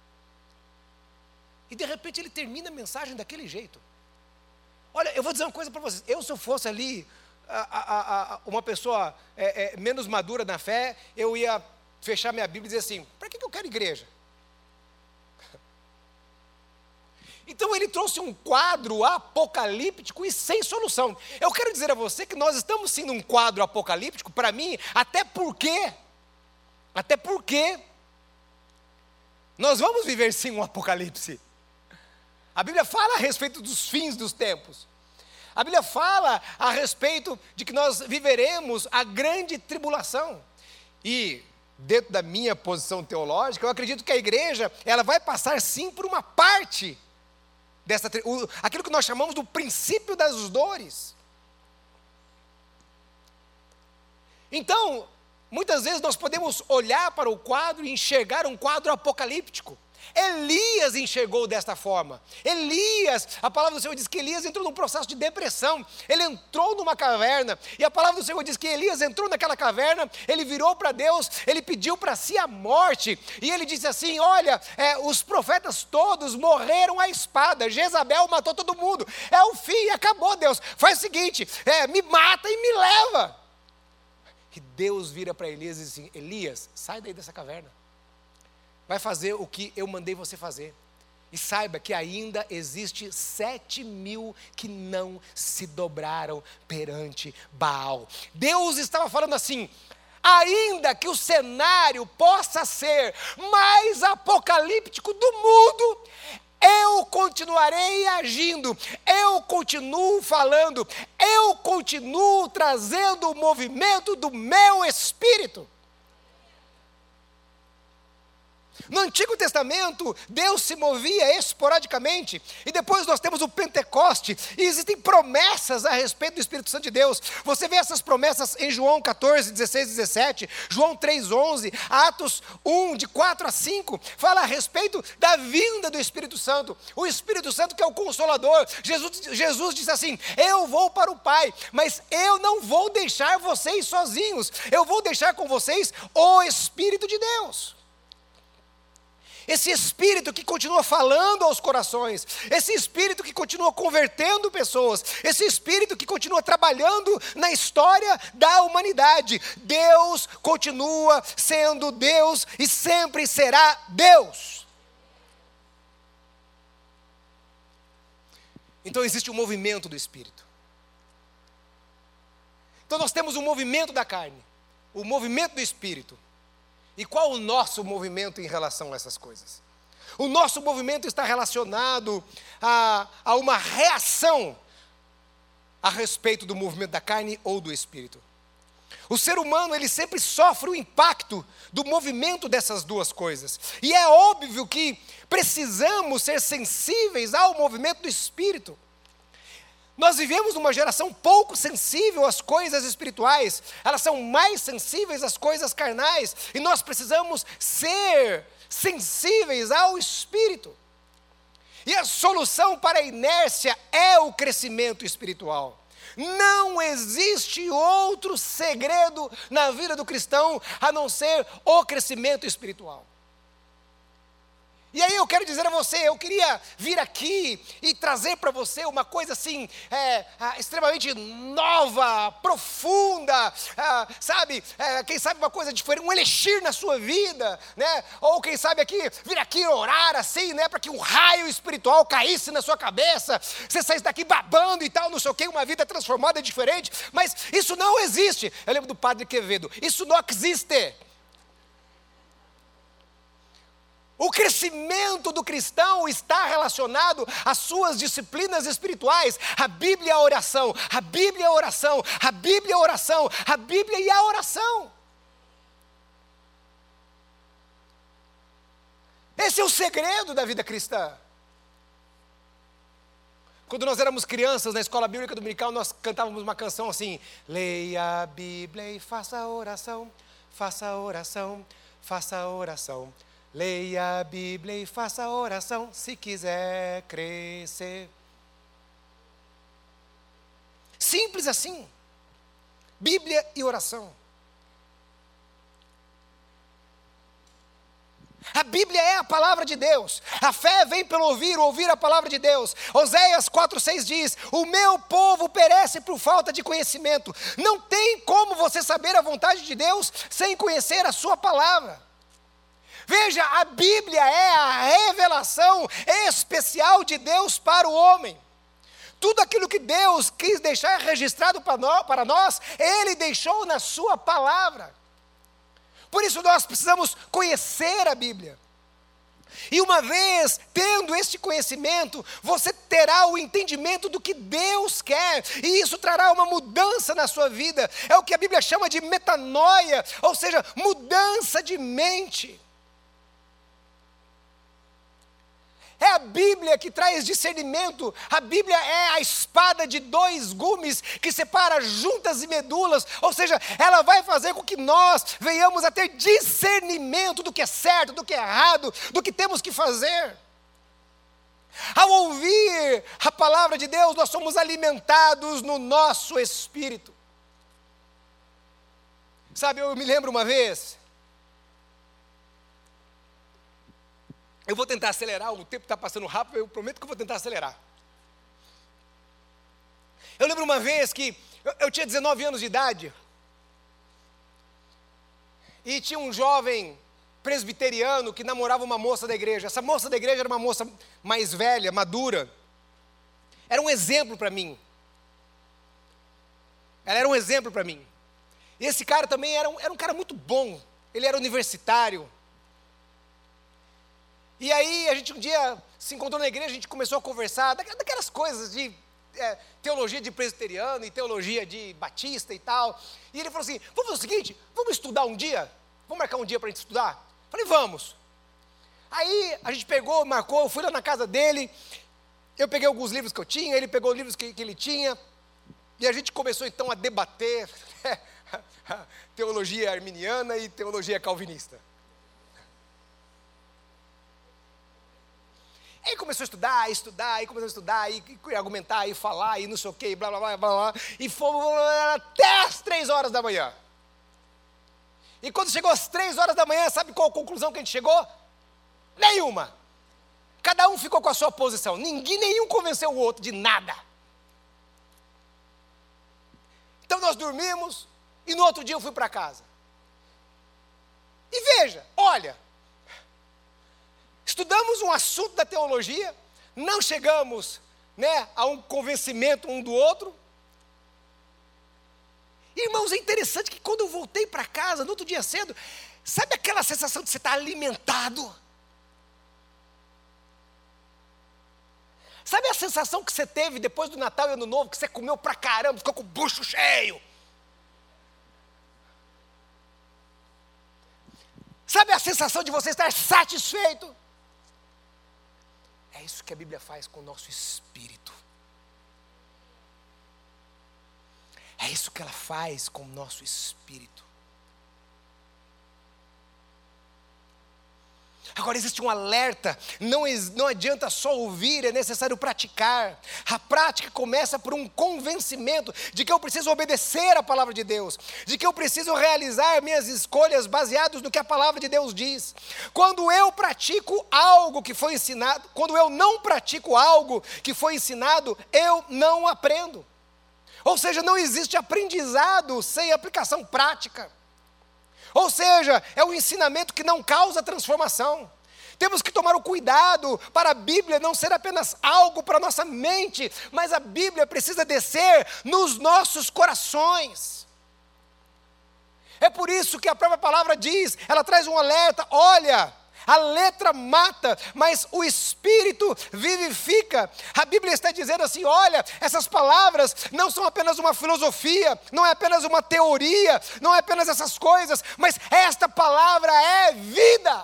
E de repente ele termina a mensagem daquele jeito. Olha, eu vou dizer uma coisa para vocês. Eu, se eu fosse ali a, a, a, uma pessoa é, é, menos madura na fé, eu ia fechar minha Bíblia e dizer assim, para que eu quero igreja? Então ele trouxe um quadro apocalíptico e sem solução. Eu quero dizer a você que nós estamos sim num quadro apocalíptico, para mim, até porque, até porque, nós vamos viver sim um apocalipse. A Bíblia fala a respeito dos fins dos tempos. A Bíblia fala a respeito de que nós viveremos a grande tribulação. E, dentro da minha posição teológica, eu acredito que a igreja, ela vai passar sim por uma parte dessa, o, aquilo que nós chamamos do princípio das dores. Então, muitas vezes nós podemos olhar para o quadro e enxergar um quadro apocalíptico. Elias enxergou desta forma. Elias, a palavra do Senhor diz que Elias entrou num processo de depressão. Ele entrou numa caverna, e a palavra do Senhor diz que Elias entrou naquela caverna, ele virou para Deus, ele pediu para si a morte, e ele disse assim, olha, é, os profetas todos morreram à espada, Jezabel matou todo mundo, é o fim, acabou Deus, faz o seguinte, é, me mata e me leva. E Deus vira para Elias e diz assim, Elias, sai daí dessa caverna. Vai fazer o que eu mandei você fazer. E saiba que ainda existe sete mil que não se dobraram perante Baal. Deus estava falando assim, ainda que o cenário possa ser mais apocalíptico do mundo, eu continuarei agindo, eu continuo falando, eu continuo trazendo o movimento do meu espírito. No Antigo Testamento, Deus se movia esporadicamente, e depois nós temos o Pentecoste, e existem promessas a respeito do Espírito Santo de Deus. Você vê essas promessas em João catorze, dezesseis e dezessete, João três, onze, Atos um, de quatro a cinco, fala a respeito da vinda do Espírito Santo, o Espírito Santo que é o Consolador. Jesus, Jesus disse assim, eu vou para o Pai, mas eu não vou deixar vocês sozinhos, eu vou deixar com vocês o Espírito de Deus. Esse Espírito que continua falando aos corações, esse Espírito que continua convertendo pessoas, esse Espírito que continua trabalhando na história da humanidade. Deus continua sendo Deus e sempre será Deus. Então existe um movimento do Espírito. Então nós temos um movimento da carne, o movimento do Espírito. E qual o nosso movimento em relação a essas coisas? O nosso movimento está relacionado a, a uma reação a respeito do movimento da carne ou do espírito. O ser humano, ele sempre sofre o impacto do movimento dessas duas coisas. E é óbvio que precisamos ser sensíveis ao movimento do espírito. Nós vivemos numa geração pouco sensível às coisas espirituais, elas são mais sensíveis às coisas carnais, e nós precisamos ser sensíveis ao Espírito. E a solução para a inércia é o crescimento espiritual. Não existe outro segredo na vida do cristão a não ser o crescimento espiritual. E aí eu quero dizer a você, eu queria vir aqui e trazer para você uma coisa assim, é, é, extremamente nova, profunda, é, sabe, é, quem sabe uma coisa diferente, um elixir na sua vida, né? Ou quem sabe aqui, vir aqui orar assim, né, para que um raio espiritual caísse na sua cabeça, você saísse daqui babando e tal, não sei o que, uma vida transformada diferente, mas isso não existe. Eu lembro do padre Quevedo, isso não existe. O crescimento do cristão está relacionado às suas disciplinas espirituais. A Bíblia é a oração, a Bíblia é a oração, a Bíblia é a oração, a Bíblia e a oração. Esse é o segredo da vida cristã. Quando nós éramos crianças, na escola bíblica dominical, nós cantávamos uma canção assim, leia a Bíblia e faça a oração, faça a oração, faça a oração. Leia a Bíblia e faça a oração, se quiser crescer. Simples assim. Bíblia e oração. A Bíblia é a palavra de Deus. A fé vem pelo ouvir, ouvir a palavra de Deus. Oséias quatro, seis diz: o meu povo perece por falta de conhecimento. Não tem como você saber a vontade de Deus sem conhecer a sua palavra. Veja, a Bíblia é a revelação especial de Deus para o homem. Tudo aquilo que Deus quis deixar registrado para nós, Ele deixou na sua palavra. Por isso nós precisamos conhecer a Bíblia. E uma vez tendo este conhecimento, você terá o entendimento do que Deus quer, e isso trará uma mudança na sua vida. É o que a Bíblia chama de metanoia, ou seja, mudança de mente. É a Bíblia que traz discernimento. A Bíblia é a espada de dois gumes que separa juntas e medulas. Ou seja, ela vai fazer com que nós venhamos a ter discernimento do que é certo, do que é errado, do que temos que fazer. Ao ouvir a palavra de Deus, nós somos alimentados no nosso espírito. Sabe, eu me lembro uma vez... Eu vou tentar acelerar, o tempo está passando rápido, eu prometo que eu vou tentar acelerar. Eu lembro uma vez que eu, eu tinha dezenove anos de idade, e tinha um jovem presbiteriano que namorava uma moça da igreja. Essa moça da igreja era uma moça mais velha, madura. Era um exemplo para mim. Ela era um exemplo para mim. E esse cara também era um, era um cara muito bom, ele era universitário. E aí a gente um dia se encontrou na igreja, a gente começou a conversar, daquelas coisas de é, teologia de presbiteriano e teologia de batista e tal. E ele falou assim: vamos fazer o seguinte, vamos estudar um dia? Vamos marcar um dia para a gente estudar? Falei, vamos. Aí a gente pegou, marcou, eu fui lá na casa dele, eu peguei alguns livros que eu tinha, ele pegou os livros que, que ele tinha, e a gente começou então a debater teologia arminiana e teologia calvinista. Aí começou a estudar, a estudar, aí começou a estudar, e, e argumentar, e falar, e não sei o quê, e blá, blá, blá, blá, blá, e fomos até as três horas da manhã. E quando chegou às três horas da manhã, sabe qual a conclusão que a gente chegou? Nenhuma. Cada um ficou com a sua posição, ninguém, nenhum convenceu o outro de nada. Então nós dormimos, e no outro dia eu fui para casa. E veja, olha... Estudamos um assunto da teologia, não chegamos, né, a um convencimento um do outro. Irmãos, é interessante que quando eu voltei para casa, no outro dia cedo, sabe aquela sensação de você estar alimentado? Sabe a sensação que você teve depois do Natal e Ano Novo, que você comeu pra caramba, ficou com o bucho cheio? Sabe a sensação de você estar satisfeito? É isso que a Bíblia faz com o nosso espírito. É isso que ela faz com o nosso espírito. Agora existe um alerta, não, não adianta só ouvir, é necessário praticar. A prática começa por um convencimento de que eu preciso obedecer a palavra de Deus, de que eu preciso realizar minhas escolhas baseadas no que a palavra de Deus diz. Quando eu pratico algo que foi ensinado, quando eu não pratico algo que foi ensinado, eu não aprendo. Ou seja, não existe aprendizado sem aplicação prática. Ou seja, é um ensinamento que não causa transformação. Temos que tomar o cuidado para a Bíblia não ser apenas algo para a nossa mente, mas a Bíblia precisa descer nos nossos corações. É por isso que a própria palavra diz, ela traz um alerta, olha, a letra mata, mas o Espírito vivifica. A Bíblia está dizendo assim, olha, essas palavras não são apenas uma filosofia, não é apenas uma teoria, não é apenas essas coisas, mas esta palavra é vida.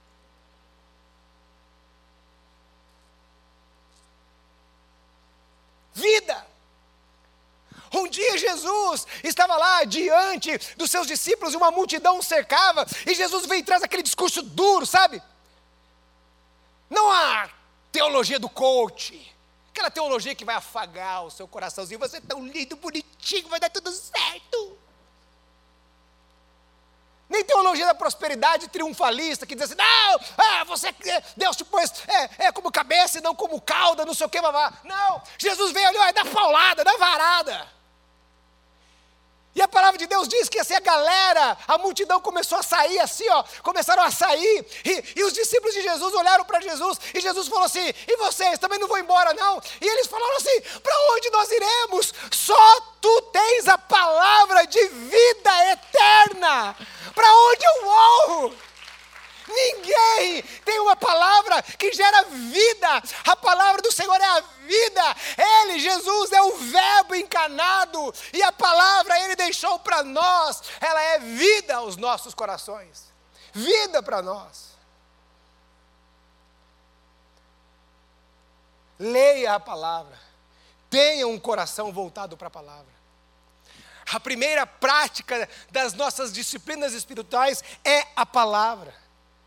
Vida. Um dia Jesus estava lá diante dos seus discípulos e uma multidão o cercava, e Jesus veio e traz aquele discurso duro, sabe? Não a teologia do coach, aquela teologia que vai afagar o seu coraçãozinho, você é tão lindo, bonitinho, vai dar tudo certo. Nem teologia da prosperidade triunfalista, que diz assim, não, ah, você, Deus te pôs é, é como cabeça e não como cauda, não sei o que, babá. Não, Jesus veio ali, ó, dá paulada, dá varada. E a palavra de Deus diz que assim, a galera, a multidão começou a sair assim, ó, começaram a sair, e, e os discípulos de Jesus olharam para Jesus, e Jesus falou assim, e vocês também não vão embora não? E eles falaram assim, para onde nós iremos? Só tu tens a palavra de vida eterna, para onde eu vou? Ninguém tem uma palavra que gera vida. A palavra do Senhor é a vida. Ele, Jesus, é o verbo encarnado. E a palavra Ele deixou para nós. Ela é vida aos nossos corações. Vida para nós. Leia a palavra. Tenha um coração voltado para a palavra. A primeira prática das nossas disciplinas espirituais é a palavra.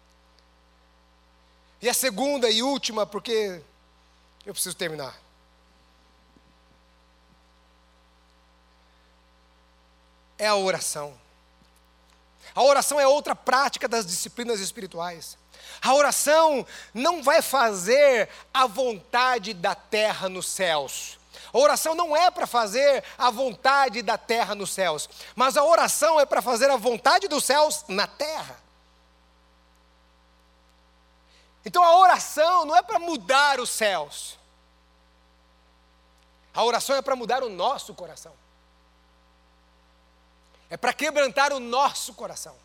E a segunda e última, porque eu preciso terminar. É a oração. A oração é outra prática das disciplinas espirituais. A oração não vai fazer a vontade da terra nos céus. A oração não é para fazer a vontade da terra nos céus, mas a oração é para fazer a vontade dos céus na terra. Então a oração não é para mudar os céus. A oração é para mudar o nosso coração. É para quebrantar o nosso coração.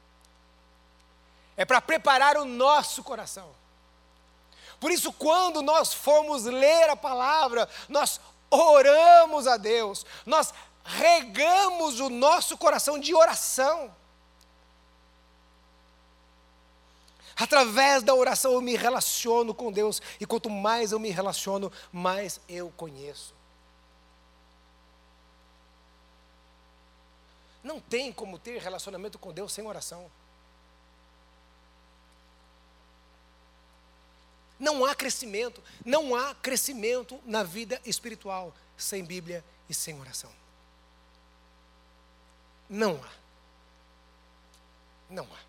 É para preparar o nosso coração. Por isso, quando nós formos ler a palavra, nós oramos a Deus, nós regamos o nosso coração de oração. Através da oração eu me relaciono com Deus, e quanto mais eu me relaciono, mais eu conheço. Não tem como ter relacionamento com Deus sem oração. Não há crescimento, não há crescimento na vida espiritual sem Bíblia e sem oração. Não há. Não há.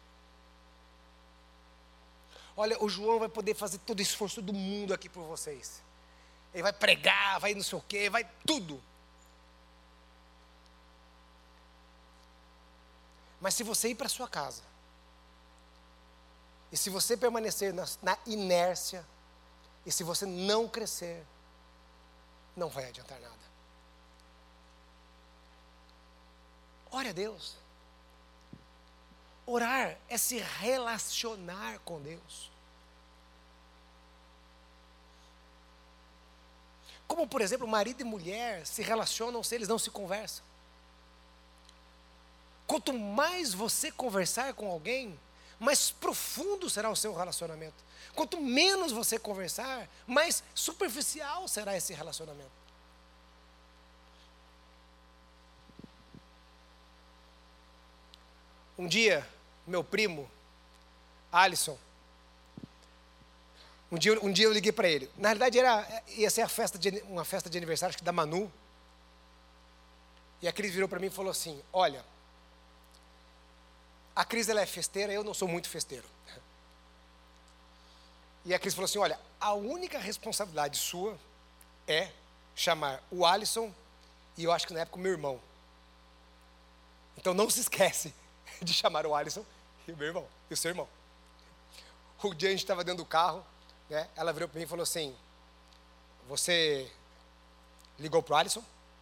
Olha, o João vai poder fazer todo o esforço do mundo aqui por vocês. Ele vai pregar, vai não sei o quê, vai tudo. Mas se você ir para sua casa, e se você permanecer na, na inércia, e se você não crescer, não vai adiantar nada. Ore a Deus. Orar é se relacionar com Deus. Como, por exemplo, marido e mulher se relacionam se eles não se conversam. Quanto mais você conversar com alguém, mais profundo será o seu relacionamento. Quanto menos você conversar, mais superficial será esse relacionamento. Um dia, meu primo, Alisson, um dia, um dia eu liguei para ele. Na realidade, era, ia ser a festa de, uma festa de aniversário, acho que da Manu. E a Cris virou para mim e falou assim, olha, a Cris ela é festeira, eu não sou muito festeiro. E a Cris falou assim, olha, a única responsabilidade sua é chamar o Alisson e eu acho que na época o meu irmão. Então não se esquece de chamar o Alisson e o meu irmão, e o seu irmão. O dia a gente estava dentro do carro, né, ela virou para mim e falou assim, você ligou para o Alisson?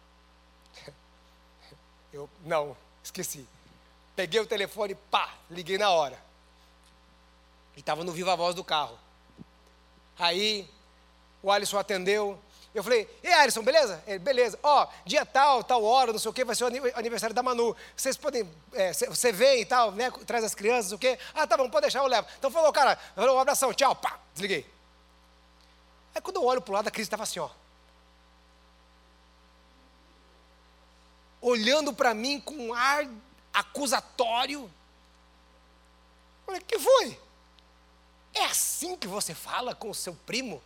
Eu, não, esqueci. Peguei o telefone, pá, liguei na hora. E estava no viva voz do carro. Aí, o Alisson atendeu. Eu falei, e Alisson, beleza? Ele, beleza. Ó, dia tal, tal hora, não sei o quê, vai ser o aniversário da Manu. Vocês podem, é, você vem e tal, né? Traz as crianças, o quê? Ah, tá bom, pode deixar, eu levo. Então falou, cara, um abração, tchau, pá, desliguei. Aí quando eu olho pro lado, a Cris estava assim, ó. Olhando para mim com um ar acusatório. Falei, o que foi? É assim que você fala com o seu primo?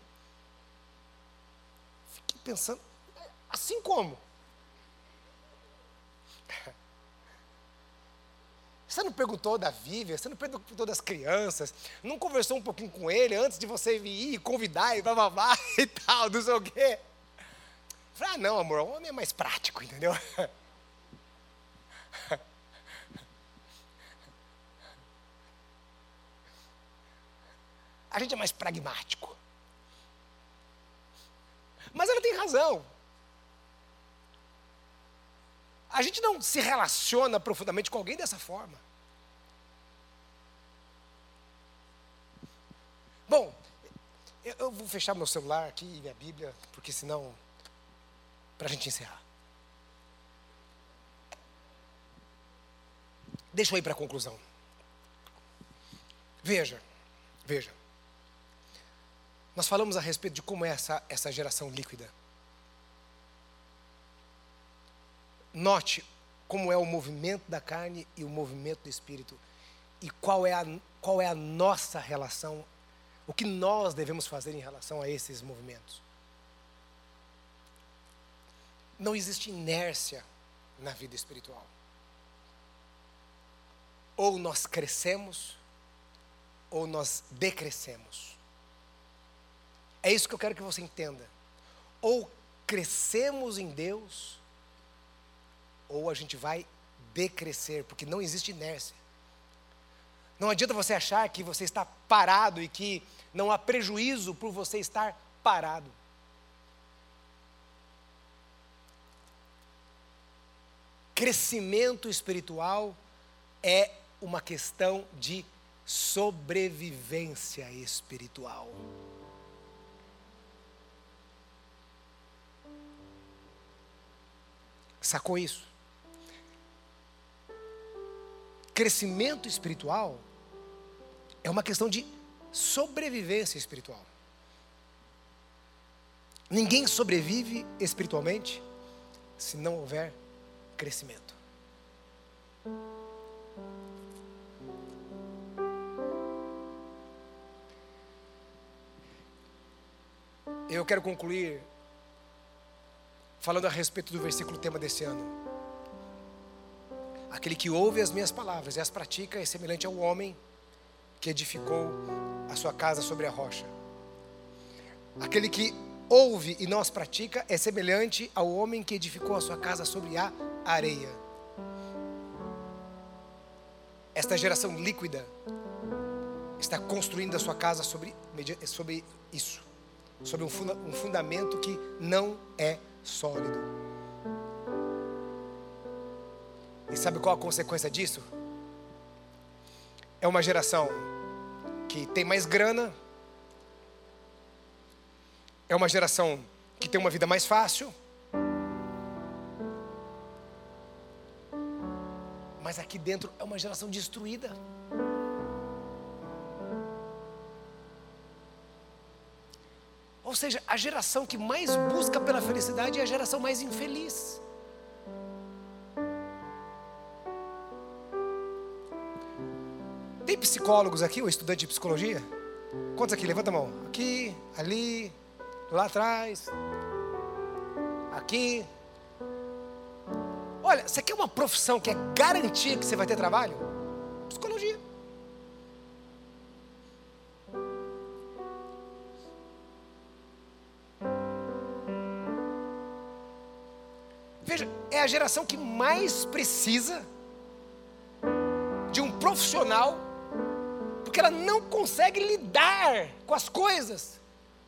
Fiquei pensando, assim como? Você não perguntou da Vivian, você não perguntou das crianças, não conversou um pouquinho com ele antes de você ir e convidar e blá, blá, blá, e tal, não sei o quê. Falei, ah, não, amor, o homem é mais prático, entendeu? A gente é mais pragmático. Mas ela tem razão. A gente não se relaciona profundamente com alguém dessa forma. Bom, eu, eu vou fechar meu celular aqui e minha Bíblia, porque senão, para a gente encerrar. Deixa eu ir para a conclusão. Veja, veja. Nós falamos a respeito de como é essa, essa geração líquida. Note como é o movimento da carne e o movimento do espírito. E qual é a, qual é a nossa relação, o que nós devemos fazer em relação a esses movimentos. Não existe inércia na vida espiritual. Ou nós crescemos, ou nós decrescemos. É isso que eu quero que você entenda. Ou crescemos em Deus, ou a gente vai decrescer, porque não existe inércia. Não adianta você achar que você está parado e que não há prejuízo por você estar parado. Crescimento espiritual é uma questão de sobrevivência espiritual. Sacou isso? Crescimento espiritual é uma questão de sobrevivência espiritual. Ninguém sobrevive espiritualmente se não houver crescimento. Eu quero concluir falando a respeito do versículo tema desse ano. Aquele que ouve as minhas palavras e as pratica é semelhante ao homem que edificou a sua casa sobre a rocha. Aquele que ouve e não as pratica é semelhante ao homem que edificou a sua casa sobre a areia. Esta geração líquida está construindo a sua casa sobre, sobre isso, sobre um, funda, um fundamento que não é sólido. E sabe qual a consequência disso? É uma geração que tem mais grana, é uma geração que tem uma vida mais fácil, mas aqui dentro é uma geração destruída. Ou seja, a geração que mais busca pela felicidade é a geração mais infeliz. Tem psicólogos aqui, ou estudante de psicologia? Quantos aqui? Levanta a mão. Aqui, ali, lá atrás, aqui. Olha, você quer uma profissão que é garantia que você vai ter trabalho? Psicologia. Veja, é a geração que mais precisa de um profissional, porque ela não consegue lidar com as coisas.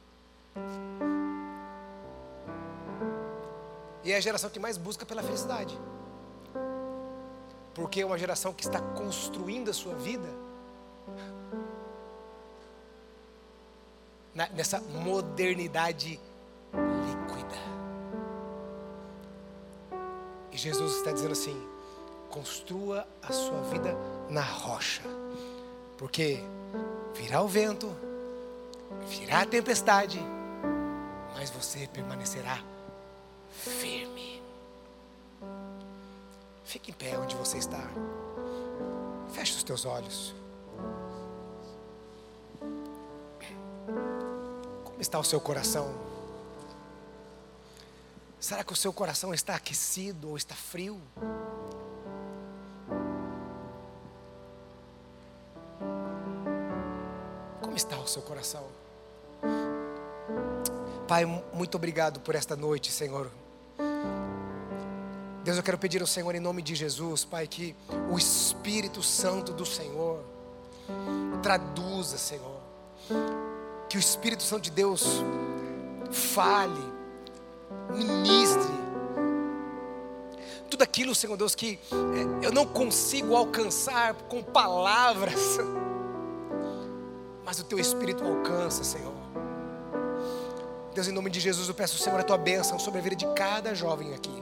E é a geração que mais busca pela felicidade, porque é uma geração que está construindo a sua vida na, nessa modernidade líquida. E Jesus está dizendo assim: construa a sua vida na rocha, porque virá o vento, virá a tempestade, mas você permanecerá firme. Fique em pé onde você está. Feche os teus olhos. Como está o seu coração? Será que o seu coração está aquecido ou está frio? está o seu coração? Pai, muito obrigado por esta noite, Senhor. Deus, eu quero pedir ao Senhor em nome de Jesus, Pai, que o Espírito Santo do Senhor traduza, Senhor. Que o Espírito Santo de Deus fale, ministre tudo aquilo, Senhor Deus, que é, eu não consigo alcançar com palavras, mas o Teu Espírito alcança, Senhor. Deus, em nome de Jesus, eu peço, Senhor, a Tua bênção sobre a vida de cada jovem aqui.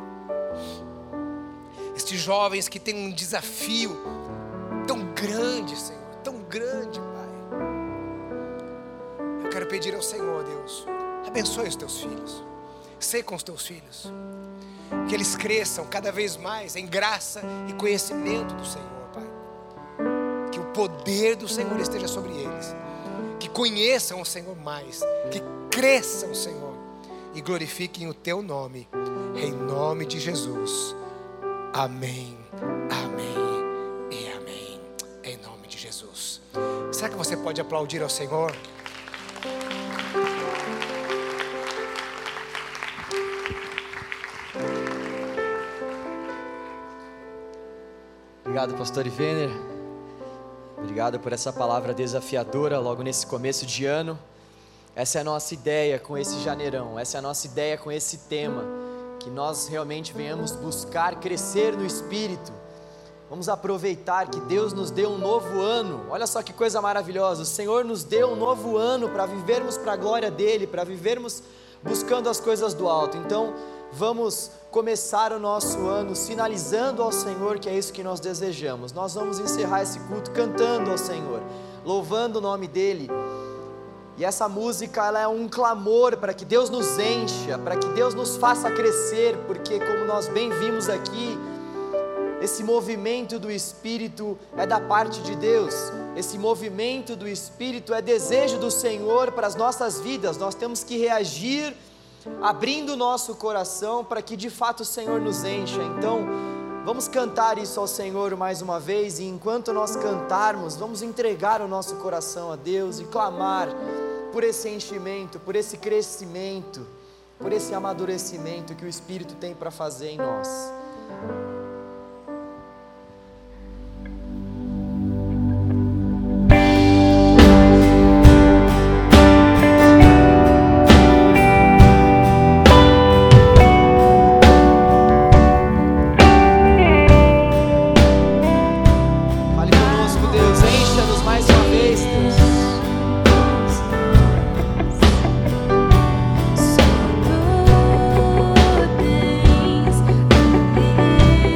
Estes jovens que têm um desafio tão grande, Senhor, tão grande, Pai. Eu quero pedir ao Senhor, Deus, abençoe os Teus filhos, seja com os Teus filhos, que eles cresçam cada vez mais em graça e conhecimento do Senhor, Pai. Que o poder do Senhor esteja sobre eles, que conheçam o Senhor mais, que cresçam, Senhor, e glorifiquem o Teu nome, em nome de Jesus. Amém, amém e amém, em nome de Jesus. Será que você pode aplaudir ao Senhor? Obrigado, pastor Ivener. Obrigado por essa palavra desafiadora logo nesse começo de ano. Essa é a nossa ideia com esse janeirão, essa é a nossa ideia com esse tema, que nós realmente venhamos buscar crescer no Espírito. Vamos aproveitar que Deus nos deu um novo ano. Olha só que coisa maravilhosa, o Senhor nos deu um novo ano para vivermos para a glória dEle, para vivermos buscando as coisas do alto. Então vamos começar o nosso ano sinalizando ao Senhor que é isso que nós desejamos. Nós vamos encerrar esse culto cantando ao Senhor, louvando o nome dEle. E essa música, ela é um clamor para que Deus nos encha, para que Deus nos faça crescer, porque como nós bem vimos aqui, esse movimento do Espírito é da parte de Deus. Esse movimento do Espírito é desejo do Senhor para as nossas vidas. Nós temos que reagir abrindo o nosso coração para que de fato o Senhor nos encha. Então vamos cantar isso ao Senhor mais uma vez, e enquanto nós cantarmos, vamos entregar o nosso coração a Deus e clamar por esse enchimento, por esse crescimento, por esse amadurecimento que o Espírito tem para fazer em nós. Tens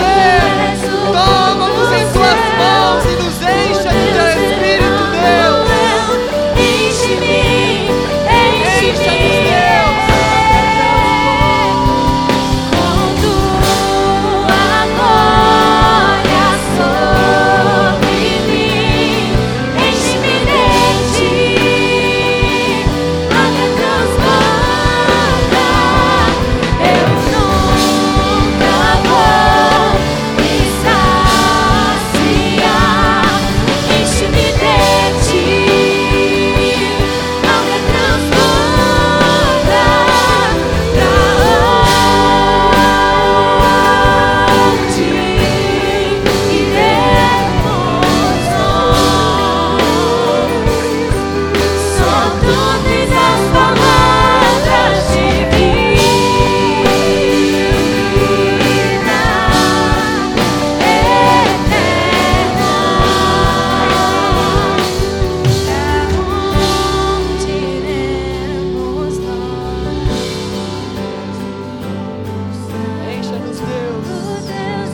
poder. Toma-nos em tuas mãos e nos encha de teu Espírito, Deus. Enche-me, Encha-nos, Deus. com tua glória sobre mim. Enche-me de ti, água transborda. Eu nunca vou me saciar. Enche-me de ti, água transborda. Pra onde iremos nós? Só tu tens as palavras de vida eterna. Pra onde iremos nós? Encha-nos, Deus. O Deus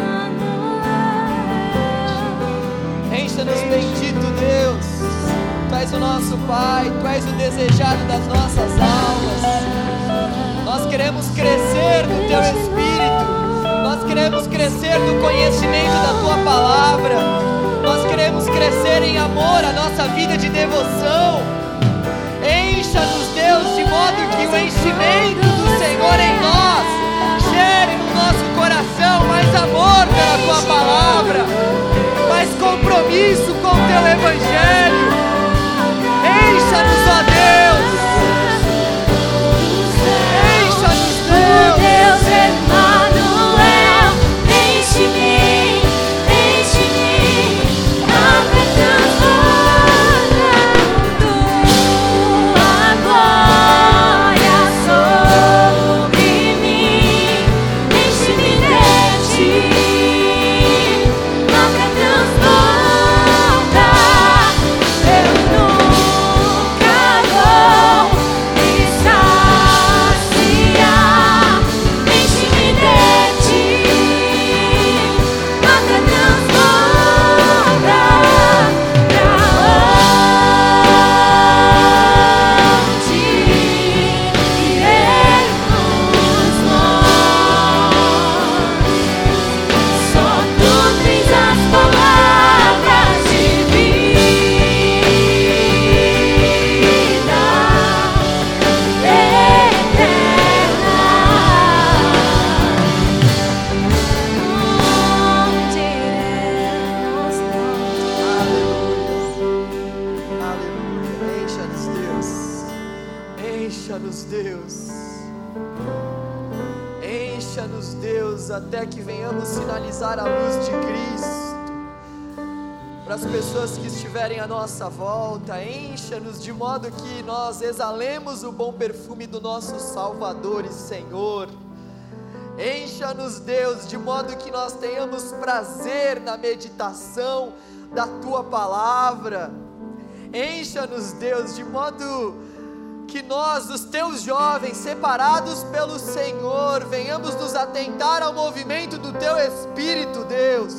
Emmanuel. Encha-nos, bendito Deus. Tu és o nosso Pai, Tu és o desejado das nossas almas. Nós queremos crescer no Teu Espírito. Nós queremos crescer no conhecimento da Tua Palavra. Nós queremos crescer em amor, a nossa vida de devoção. Encha-nos, Deus, de modo que o enchimento do Senhor em nós gere no nosso coração mais amor pela Tua Palavra, mais compromisso com o Teu Evangelho. Encha-nos, ó Deus. Encha-nos, Deus. Deus Emmanuel, enche-me, enche-me, água transborda. Tua glória sobre mim. Enche-me de ti, água transborda. Eu nunca vou me saciar. Enche-me de ti, água transborda. Pra onde iremos nós? Só tu tens as palavras de vida eterna. Onde iremos nós? Aleluia. Encha-nos, Deus. Encha-nos, Deus. Encha-nos, Deus, até que venhamos sinalizar a luz de Cristo para as pessoas que estiverem à nossa volta. Encha-nos de modo que nós exalemos o bom perfume do nosso Salvador e Senhor. Encha-nos, Deus, de modo que nós tenhamos prazer na meditação da Tua Palavra. Encha-nos, Deus, de modo que nós, os Teus jovens, separados pelo Senhor, venhamos nos atentar ao movimento do Teu Espírito, Deus.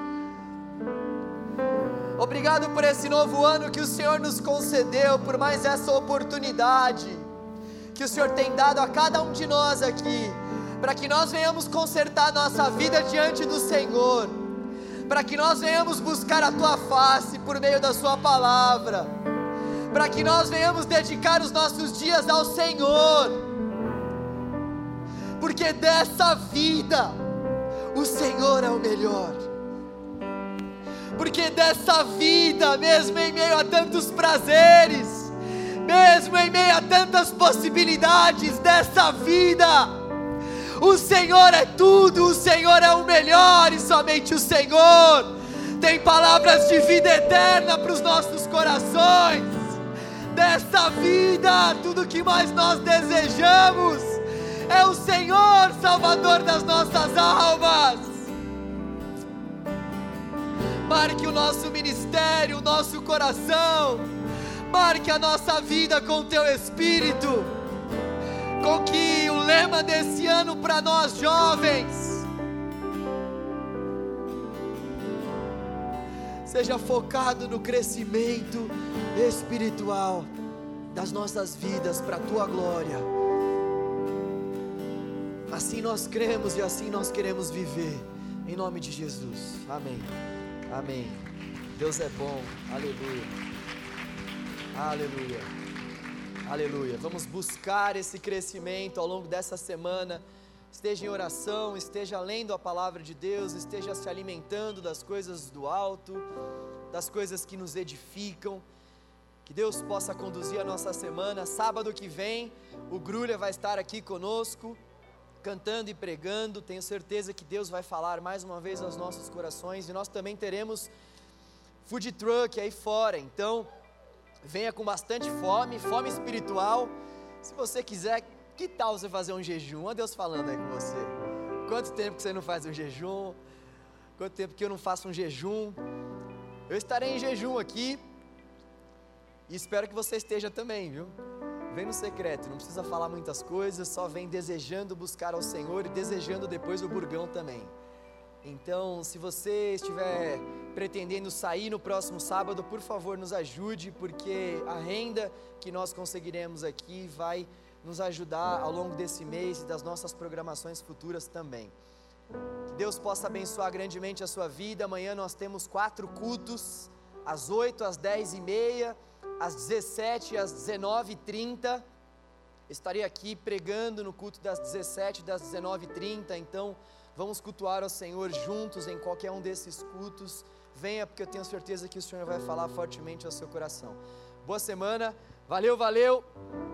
Obrigado por esse novo ano que o Senhor nos concedeu, por mais essa oportunidade que o Senhor tem dado a cada um de nós aqui, para que nós venhamos consertar nossa vida diante do Senhor, para que nós venhamos buscar a Tua face por meio da Sua Palavra, para que nós venhamos dedicar os nossos dias ao Senhor, porque dessa vida o Senhor é o melhor, porque dessa vida, mesmo em meio a tantos prazeres, mesmo em meio a tantas possibilidades dessa vida, o Senhor é tudo, o Senhor é o melhor, e somente o Senhor tem palavras de vida eterna para os nossos corações. Dessa vida, tudo que mais nós desejamos é o Senhor, Salvador das nossas almas. Marque o nosso ministério, o nosso coração, marque a nossa vida com o Teu Espírito, com que o lema desse ano para nós jovens seja focado no crescimento espiritual das nossas vidas para a Tua glória. Assim nós cremos e assim nós queremos viver, em nome de Jesus, amém, amém. Deus é bom, aleluia, aleluia, aleluia. Vamos buscar esse crescimento ao longo dessa semana. Esteja em oração, esteja lendo a palavra de Deus, esteja se alimentando das coisas do alto, das coisas que nos edificam. Que Deus possa conduzir a nossa semana. Sábado que vem, o Grulha vai estar aqui conosco, cantando e pregando. Tenho certeza que Deus vai falar mais uma vez aos nossos corações. E nós também teremos food truck aí fora. Então, venha com bastante fome, fome espiritual. Se você quiser, que tal você fazer um jejum? Olha Deus falando aí com você. Quanto tempo que você não faz um jejum? Quanto tempo que eu não faço um jejum? Eu estarei em jejum aqui. E espero que você esteja também, viu? Vem no secreto, não precisa falar muitas coisas, só vem desejando buscar ao Senhor e desejando depois o burgão também. Então, se você estiver pretendendo sair no próximo sábado, por favor, nos ajude, porque a renda que nós conseguiremos aqui vai nos ajudar ao longo desse mês e das nossas programações futuras também. Que Deus possa abençoar grandemente a sua vida. Amanhã nós temos quatro cultos, às oito, às dez e meia, às dezessete e às dezenove e trinta. Estarei aqui pregando no culto das dezessete e das dezenove e trinta, então vamos cultuar ao Senhor juntos em qualquer um desses cultos. Venha, porque eu tenho certeza que o Senhor vai falar fortemente ao seu coração. Boa semana, valeu, valeu!